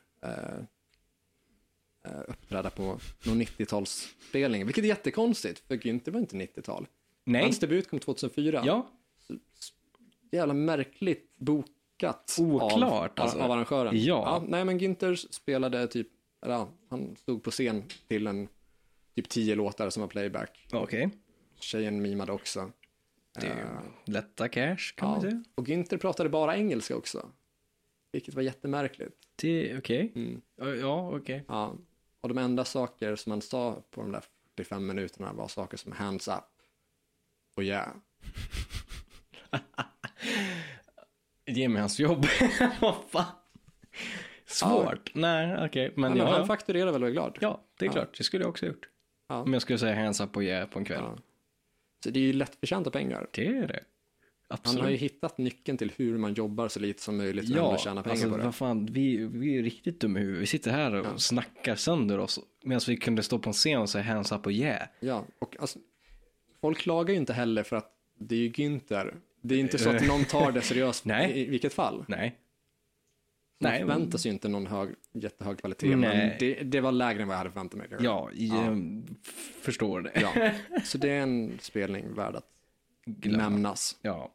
uppträda på någon 90-talsspelning, vilket är jättekonstigt, för Günther var inte 90-tal. Nej. Hans debut kom 2004. Ja. Jävla märkligt bokat Oklart, av arrangören. Ja. Nej, men Günther spelade typ, han stod på scen till en typ 10 låtar som var playback. Okej. Tjejen mimade också. Det är lätta cash, kan man säga. Och Günther pratade bara engelska också. Vilket var jättemärkligt. Okej. Ja, okej. Ja. Och de enda saker som han sa på de där 45 minuterna var saker som hands up och yeah. Ge mig hans jobb. Vad fan? Svårt. Nej, okej. Men han fakturerar väl och är glad. Ja, det är klart. Det skulle jag också gjort. Om jag skulle säga hands up och yeah på en kväll. Ja. Så det är ju lättförtjänta pengar. Det är det. Absolut. Han har ju hittat nyckeln till hur man jobbar så lite som möjligt för att tjäna pengar på det. Vad fan, vi är riktigt dumma i huvudet. Vi sitter här och snackar sönder oss medan vi kunde stå på en scen och säga hands up och yeah. Ja, och alltså, folk klagar ju inte heller för att det är ju Günther. Det är inte så att någon tar det seriöst i vilket fall. Nej. Man förväntas ju inte någon jättehög kvalitet, men det var lägre än vad jag hade förväntat mig. Ja, jag förstår det. Ja. Så det är en spelning värd att nämnas. Ja.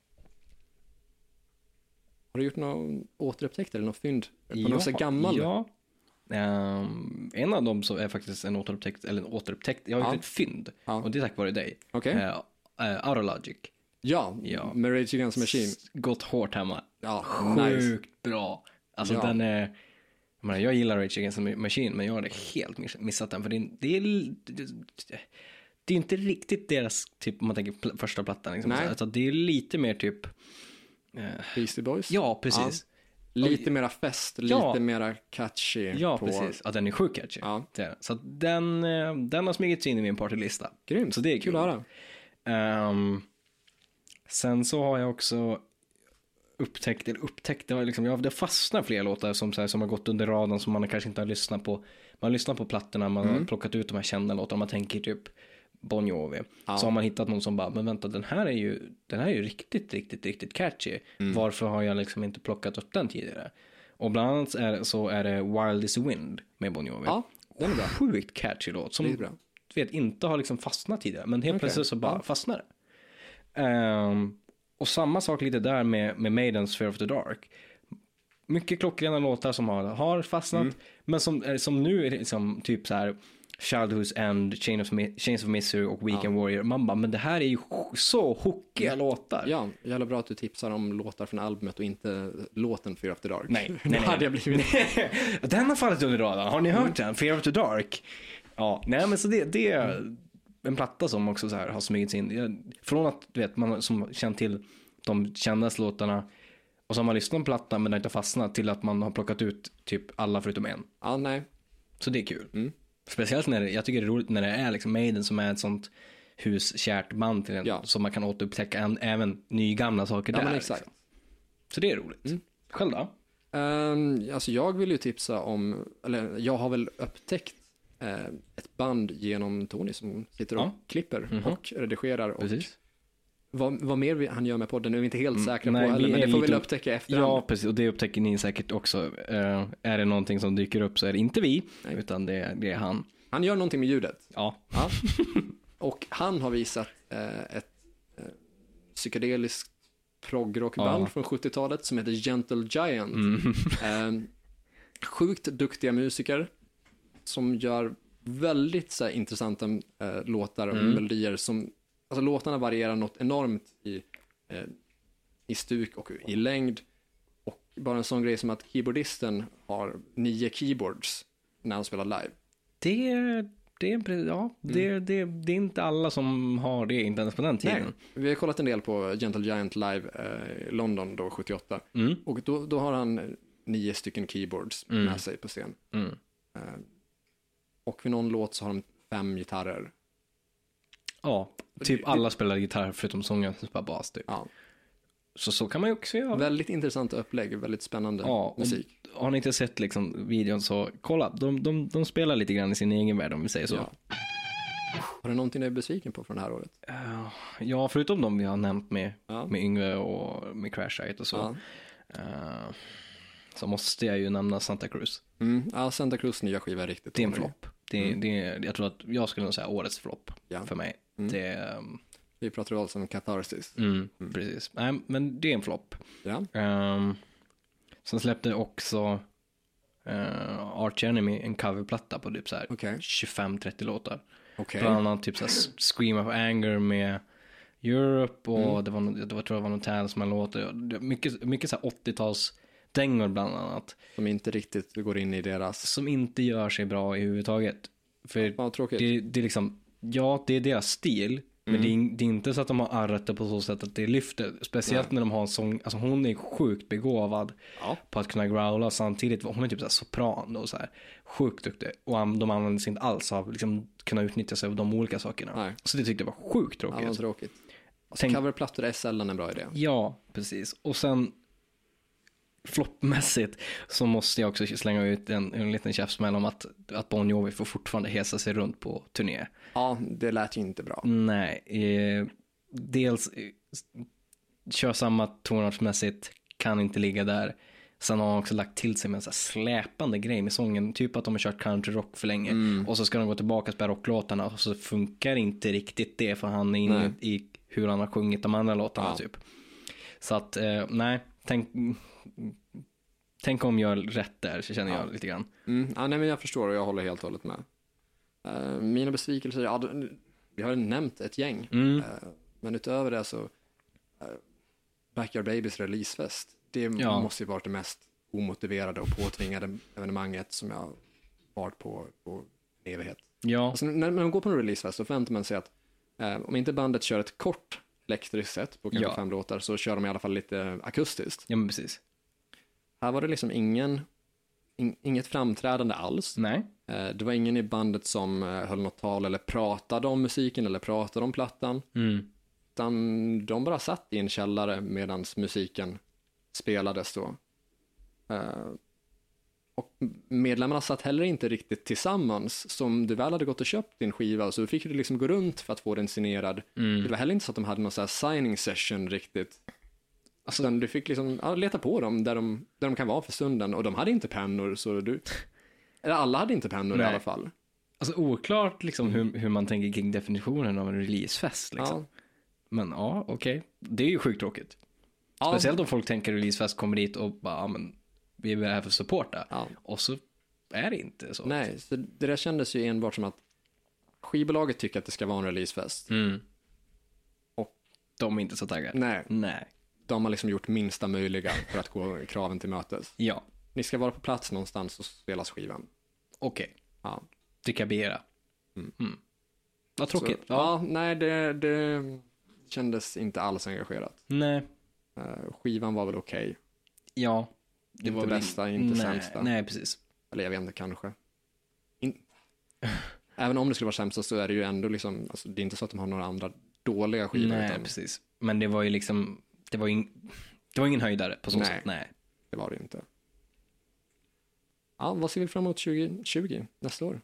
Har du gjort någon återupptäckt eller någon fynd på någon så gammal? Ja. En av dem så är faktiskt en återupptäckt, jag har gjort ett fynd. Och det är tack vare dig. Okej. Autologic. Ja, med Rage Against the Machine. Gått hårt hemma. Ja, sjukt bra. Alltså den är, jag gillar Rage Against the Machine, men jag hade helt missat den, för det är inte riktigt deras typ, om man tänker första plattan liksom. Alltså, det är lite mer typ Beastie Boys. Ja, precis. Lite mera fest, lite mera catchy. Ja, precis. Ja, den är sjukt catchy. Ja. Så att den har smugit sig in i min partylista. Grymt. Så det är kul att höra. Sen så har jag också upptäckt, det var liksom, det fastnar fler låtar som har gått under radarn som man kanske inte har lyssnat på. Man har lyssnat på plattorna, man har plockat ut de här kända låtarna, man tänker typ Bon Jovi. Så har man hittat någon som bara, men vänta, den här är ju riktigt catchy. Varför har jag liksom inte plockat upp den tidigare? Och bland annat är det Wild is the Wind med Bon Jovi. Ja, den är bra. Sjukt catchy låt som du vet inte har liksom fastnat tidigare, men helt plötsligt så bara fastnar det. Och samma sak lite där med Maidens Fear of the Dark. Mycket klockrena låtar som har fastnat, men som nu är liksom typ så här Childhood's End, Chains of Misery och Weekend Warrior. Man bara, men det här är ju så hookiga låtar. Ja, jävla bra att du tipsar om låtar från albumet och inte låten Fear of the Dark. Nej. Hade jag blivit. Den har fallit under radarn. Har ni hört den? Fear of the Dark. Ja, nej men så det är en platta som också så här har smugits in. Från att du vet, man som känt till de kändaste låtarna och så har man lyssnat på plattan men det har inte fastnat, till att man har plockat ut typ alla förutom en. Ja, nej. Så det är kul. Speciellt jag tycker det är roligt när det är liksom Maiden som är ett sånt huskärt band till en, så man kan återupptäcka även nygamla saker där. Men exakt. Liksom. Så det är roligt. Själv då? Alltså jag vill ju tipsa om, eller jag har väl upptäckt ett band genom Tony som sitter och klipper och redigerar. Och precis. Vad mer han gör med podden är vi inte helt säkra på heller, men det får vi upptäcka efterhand. Ja, precis, och det upptäcker ni säkert också. Är det någonting som dyker upp så är det inte vi, utan det är han. Han gör någonting med ljudet. Ja. Och han har visat ett psykedeliskt proggrockband från 70-talet som heter Gentle Giant. Sjukt duktiga musiker som gör väldigt så här intressanta låtar och melodier som, alltså låtarna varierar något enormt i stuk och i längd, och bara en sån grej som att keyboardisten har 9 keyboards när han spelar live. Det är inte alla som har det, inte ens på den tiden. Nej. Vi har kollat en del på Gentle Giant live i London då 78. Och då har han 9 stycken keyboards med sig på scen. Och vid någon låt så har de 5 gitarrer. Ja, typ alla spelar gitarr förutom sången som spelar bas typ. Ja. Så kan man ju också göra. Väldigt intressant upplägg, väldigt spännande musik. Har ni inte sett liksom videon så kolla, de spelar lite grann i sin egen värld om vi säger så. Ja. Har du någonting du är besviken på från det här året? Ja, förutom de vi har nämnt med Yngve och med Crash Site och så. Så måste jag ju nämna Santa Cruz. Ja, Santa Cruz nya skiva är riktigt. Det är en flopp. Jag tror att jag skulle nog säga årets flopp för mig. Vi pratar ju alltså om Catharsis. Precis. Nej, men det är en flopp. Ja. Sen släppte också Arch Enemy en coverplatta på typ så här 25-30 låtar. Bland annat typ så här Scream of Anger med Europe och det tror jag var någon Talisman-låter. Mycket så här 80-tals dängor bland annat. Som inte riktigt går in i deras... Som inte gör sig bra i huvudtaget. För tråkigt. Det är liksom, det är deras stil. Men det är inte så att de har arrat det på så sätt att det lyfter. Speciellt när de har en sång. Alltså hon är sjukt begåvad på att kunna growla samtidigt. Hon är typ så här sopran och så här sjukt duktig. Och de använder sig inte alls av liksom kunna utnyttja sig av de olika sakerna. Nej. Så det tyckte jag var sjukt tråkigt. Ja, tråkigt. Alltså, coverplattor är sällan en bra idé. Ja, precis. Och sen floppmässigt så måste jag också slänga ut en liten käftsmäll om att Bon Jovi får fortfarande hesa sig runt på turné. Ja, det lät ju inte bra. Nej, dels kör samma tonartsmässigt, kan inte ligga där. Sen har han också lagt till sig med en så här släpande grej med sången, typ att de har kört country rock för länge och så ska de gå tillbaka och spela rocklåtarna och så funkar inte riktigt det för han är inne i hur han har sjungit de andra låtarna typ. Så att, nej, tänk om jag rätt där, så känner jag lite grann. Ja, nej, men jag förstår och jag håller helt och hållet med. Mina besvikelser, vi har nämnt ett gäng. Men utöver det så Backyard Babies releasefest, det måste ju varit det mest omotiverade och påtvingade evenemanget som jag varit på evighet. Ja. Alltså, när man går på en releasefest så förväntar man sig att om inte bandet kör ett kort elektriskt sätt på kanske 5 låtar så kör de i alla fall lite akustiskt. Ja, men precis. Här var det liksom inget framträdande alls. Nej. Det var ingen i bandet som höll något tal eller pratade om musiken eller pratade om plattan. Utan de bara satt i en källare medan musiken spelades då. Och medlemmarna satt heller inte riktigt tillsammans. Som du väl hade gått och köpt din skiva så fick du liksom gå runt för att få den signerad. Det var heller inte så att de hade någon så här signing session riktigt. Alltså, du fick liksom leta på dem där de kan vara för stunden. Och de hade inte pennor så eller alla hade inte pennor i alla fall. Alltså oklart liksom hur man tänker kring definitionen av en releasefest liksom. Men okej. Det är ju sjukt tråkigt. Speciellt om folk tänker releasefest, kommer dit och bara, men vi är här för att supporta. Och så är det inte så. Nej, så det där kändes ju enbart som att skivbolaget tycker att det ska vara en releasefest. Och de är inte så taggade. Nej. De har liksom gjort minsta möjliga för att gå kraven till mötes. Ja. Ni ska vara på plats någonstans och spelas skivan. Okej. Ja. Dricka bira. Vad tråkigt. Så, nej, det kändes inte alls engagerat. Nej. Skivan var väl okej. Ja. Det var inte bästa, inte sämsta. Nej, precis. Eller jag vet inte, kanske. Även om det skulle vara sämsta så är det ju ändå liksom, alltså, det är inte så att de har några andra dåliga skivor. Nej, precis. Men det var ju liksom, det var ingen höjdare på så sätt. Nej, det var det inte. Ja, vad ser vi fram emot 2020, nästa år?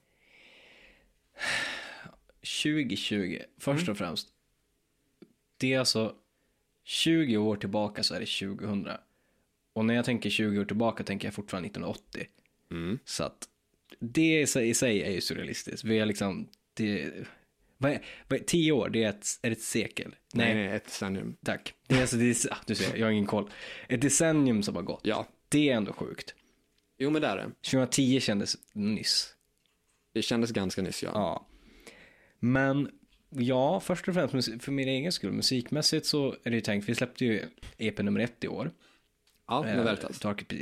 2020, först och främst. Det är alltså 20 år tillbaka så är det 2000. Och när jag tänker 20 år tillbaka tänker jag fortfarande 1980. Så att det i sig är ju surrealistiskt. Vi är liksom, 10 år, det är ett sekel. Nej, ett decennium. Tack. Det är alltså, du ser, jag har ingen koll. Ett decennium som har gått. Ja. Det är ändå sjukt. Jo, men det är det. 2010 kändes nyss. Det kändes ganska nyss, ja. Men ja, först och främst för min egen skull, musikmässigt så är det ju tänkt, vi släppte ju EP nummer 1 i år. Ja, med Veritas.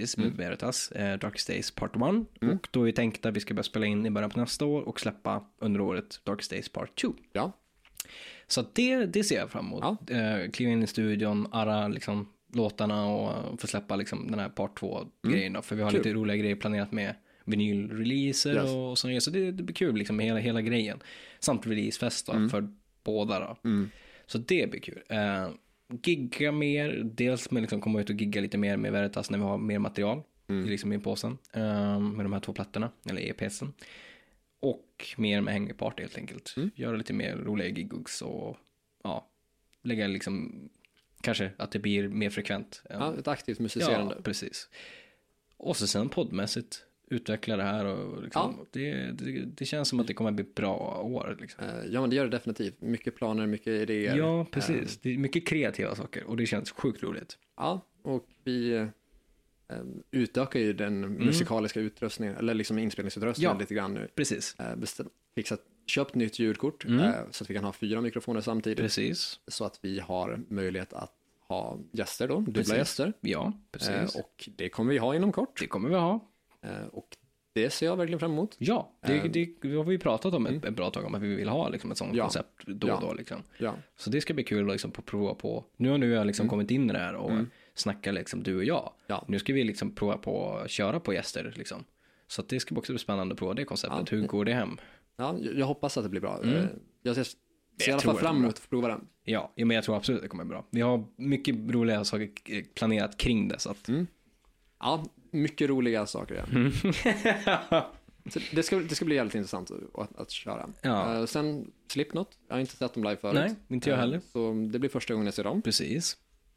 Darkest Days Part 1. Och då är vi tänkt att vi ska börja spela in i början på nästa år och släppa under året Darkest Days Part 2. Ja. Så det ser jag fram emot. Ja. Kliva in i studion, arra liksom låtarna och få släppa liksom den här Part 2-grejen. För vi har lite roliga grejer planerat med vinylreleaser och sånt. Så det blir kul liksom hela grejen. Samt releasefest för båda då. Så det blir kul. Gigga mer, dels med liksom komma ut och gigga lite mer med Veritas när vi har mer material liksom i påsen med de här 2 plattorna eller EPSen. Och mer med hängparty helt enkelt. Göra lite mer roliga gigs och lägga liksom kanske att det blir mer frekvent. Ja, ett aktivt musicerande. Ja, precis. Och så sen poddmässigt utveckla det här och liksom, det känns som att det kommer bli bra år liksom. Ja, men det gör det definitivt. Mycket planer, mycket idéer. Ja, precis. Det är mycket kreativa saker och det känns sjukt roligt. Ja, och vi utökar ju den musikaliska utrustningen eller liksom inspelningsutrustningen lite grann nu. Precis. Köpt nytt ljudkort så att vi kan ha 4 mikrofoner samtidigt. Precis. Så att vi har möjlighet att ha gäster då, dubbla gäster. Ja, precis. Och det kommer vi ha inom kort. Det kommer vi ha. Och det ser jag verkligen fram emot. Ja, det har vi pratat om ett bra tag om att vi vill ha liksom ett sånt koncept då och då liksom. Ja. Så det ska bli kul att liksom prova på. Nu har jag liksom kommit in i det här och snackar liksom du och jag. Ja. Nu ska vi liksom prova på att köra på gäster liksom. Så att det ska också bli spännande att prova det konceptet. Hur går det hem? Ja, jag hoppas att det blir bra. Jag ser i alla fall fram emot att prova den. Ja, men jag tror absolut att det kommer bli bra. Vi har mycket roliga saker planerat kring det. Så att... Ja, mycket roliga saker. Ja. Så det ska bli jävligt intressant att köra. Ja. Sen Slipknot, jag har inte sett dem live förut. Nej, inte jag heller. Så det blir första gången jag ser dem. Precis.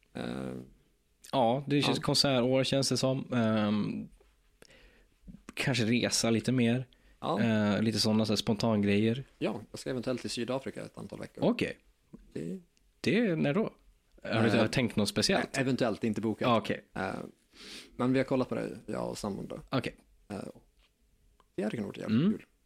Ja, det känns konsertår känns det som. Kanske resa lite mer. Ja. Lite sådana så spontan grejer. Ja, jag ska eventuellt till Sydafrika ett antal veckor. Okej. Det är när då? Har du tänkt något speciellt? Eventuellt inte bokat. Okej. Men vi har kollat på det, jag och sambon då. Okej. Det hade kunnat vara jävligt kul.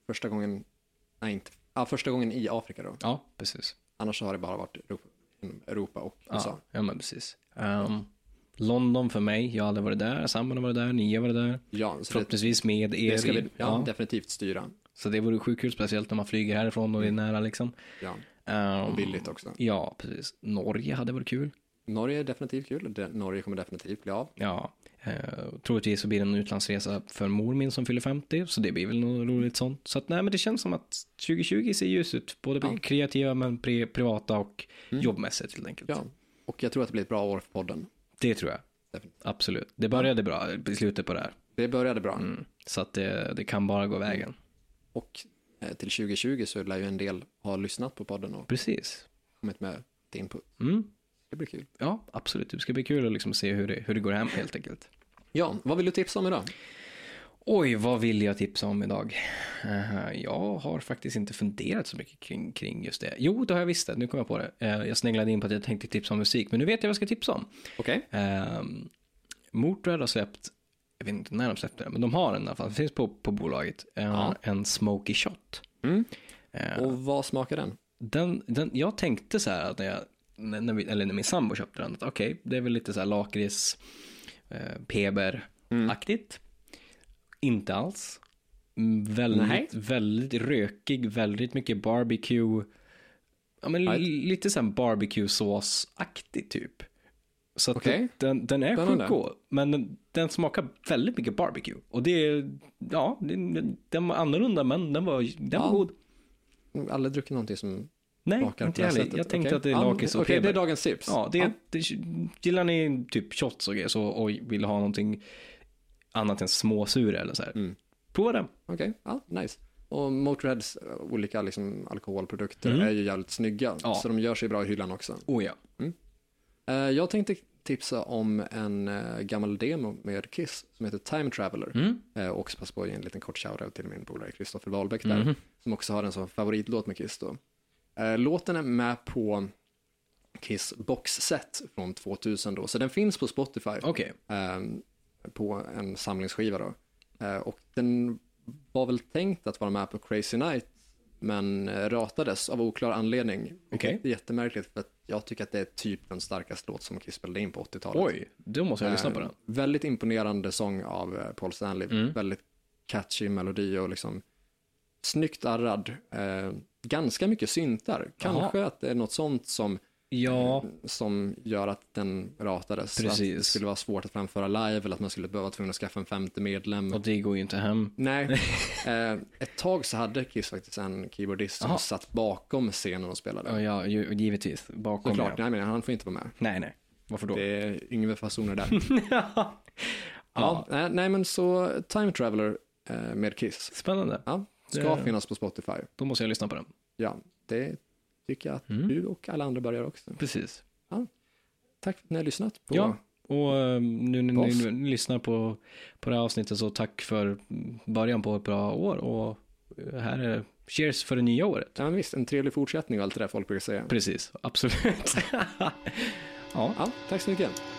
Första gången i Afrika då. Ja, precis. Annars har det bara varit Europa och USA. Ja, men precis. London för mig, jag har aldrig varit där, sambon har varit där, ni har varit där. Ja, förhoppningsvis med er. Det ska vi definitivt styra. Så det vore sjukt kul, speciellt när man flyger härifrån och är nära liksom. Ja, och billigt också. Ja, precis. Norge hade varit kul. Norge är definitivt kul. Norge kommer definitivt bli av. Ja, troligtvis så blir det en utlandsresa för mor min som fyller 50, så det blir väl något roligt sånt. Så att nej, men det känns som att 2020 ser ljus ut, både kreativa men privata och jobbmässigt helt enkelt. Ja, och jag tror att det blir ett bra år för podden. Det tror jag. Definitivt. Absolut. Det började bra i slutet på det här. Det började bra. Så att det kan bara gå vägen. Och till 2020 så lär ju en del ha lyssnat på podden och kommit med till input. Det blir kul. Ja, absolut. Det ska bli kul att liksom se hur det går hem helt enkelt. Ja, vad vill du tipsa om idag? Oj, vad vill jag tipsa om idag? Jag har faktiskt inte funderat så mycket kring just det. Jo, det har jag visst det. Nu kom jag på det. Jag sneglade in på att jag tänkte tipsa om musik, men nu vet jag vad jag ska tipsa om. Okej. Motörhead har släppt, jag vet inte när de släppte det, men de har den i alla fall. Det finns på bolaget. En Smoky Shot. Och vad smakar den? Jag tänkte så här att när min sambo köpte den, att okej, det är väl lite så här lakrits, peber-aktigt. Inte alls. Väldigt rökig, väldigt mycket barbecue. Ja, men lite så här barbecue-sås-aktig typ. Så att den är sjukt god, men den smakar väldigt mycket barbecue. Och det är, den var annorlunda, men den var god. Jag har aldrig druckit någonting som smakar inte heller. Jag tänkte att det är lakrits och peber. Det är dagens tips. Ja, gillar ni typ shots och grejer och vill ha någonting annat än småsura eller så här. Prova den. Okej, nice. Och Motörheads olika liksom alkoholprodukter är ju jävligt snygga. Så de gör sig bra i hyllan också. Jag tänkte tipsa om en gammal demo med Kiss som heter Time Traveler. Och också passa på att ge en liten kort shoutout till min polare Kristoffer Wahlbeck där. Som också har en sån favoritlåt med Kiss då. Låten är med på Kiss boxset från 2000 då. Så den finns på Spotify. På en samlingsskiva då. Och den var väl tänkt att vara med på Crazy Night, men ratades av oklar anledning. Det är jättemärkligt för att jag tycker att det är typ den starkaste låt som Kiss spelade in på 80-talet. Oj, då måste jag lyssna på den. Väldigt imponerande sång av Paul Stanley. Väldigt catchy melodi och liksom snyggt arrad. Ganska mycket syntar. Kanske att det är något sånt som gör att den ratades. Precis. Att det skulle vara svårt att framföra live eller att man skulle behöva tvungen att skaffa en 5:e medlem. Och det går ju inte hem. Nej. Ett tag så hade Kiss faktiskt en keyboardist som satt bakom scenen och spelade. Ja, givetvis. Bakom. Klart, nej, men han får inte vara med. Nej. Varför då? Det är yngre fasoner där. Nej, men så Time Traveler med Kiss. Spännande. Ja, ska finnas på Spotify. Då måste jag lyssna på den. Ja, det tycker jag att du och alla andra bör göra också. Precis. Ja. Tack för att ni har lyssnat på. Ja, och nu när ni lyssnar på det här avsnittet, så tack för början på ett bra år, och här är cheers för det nya året. Ja, men visst, en trevlig fortsättning och allt det där folk brukar säga. Precis, absolut. Ja, tack så mycket.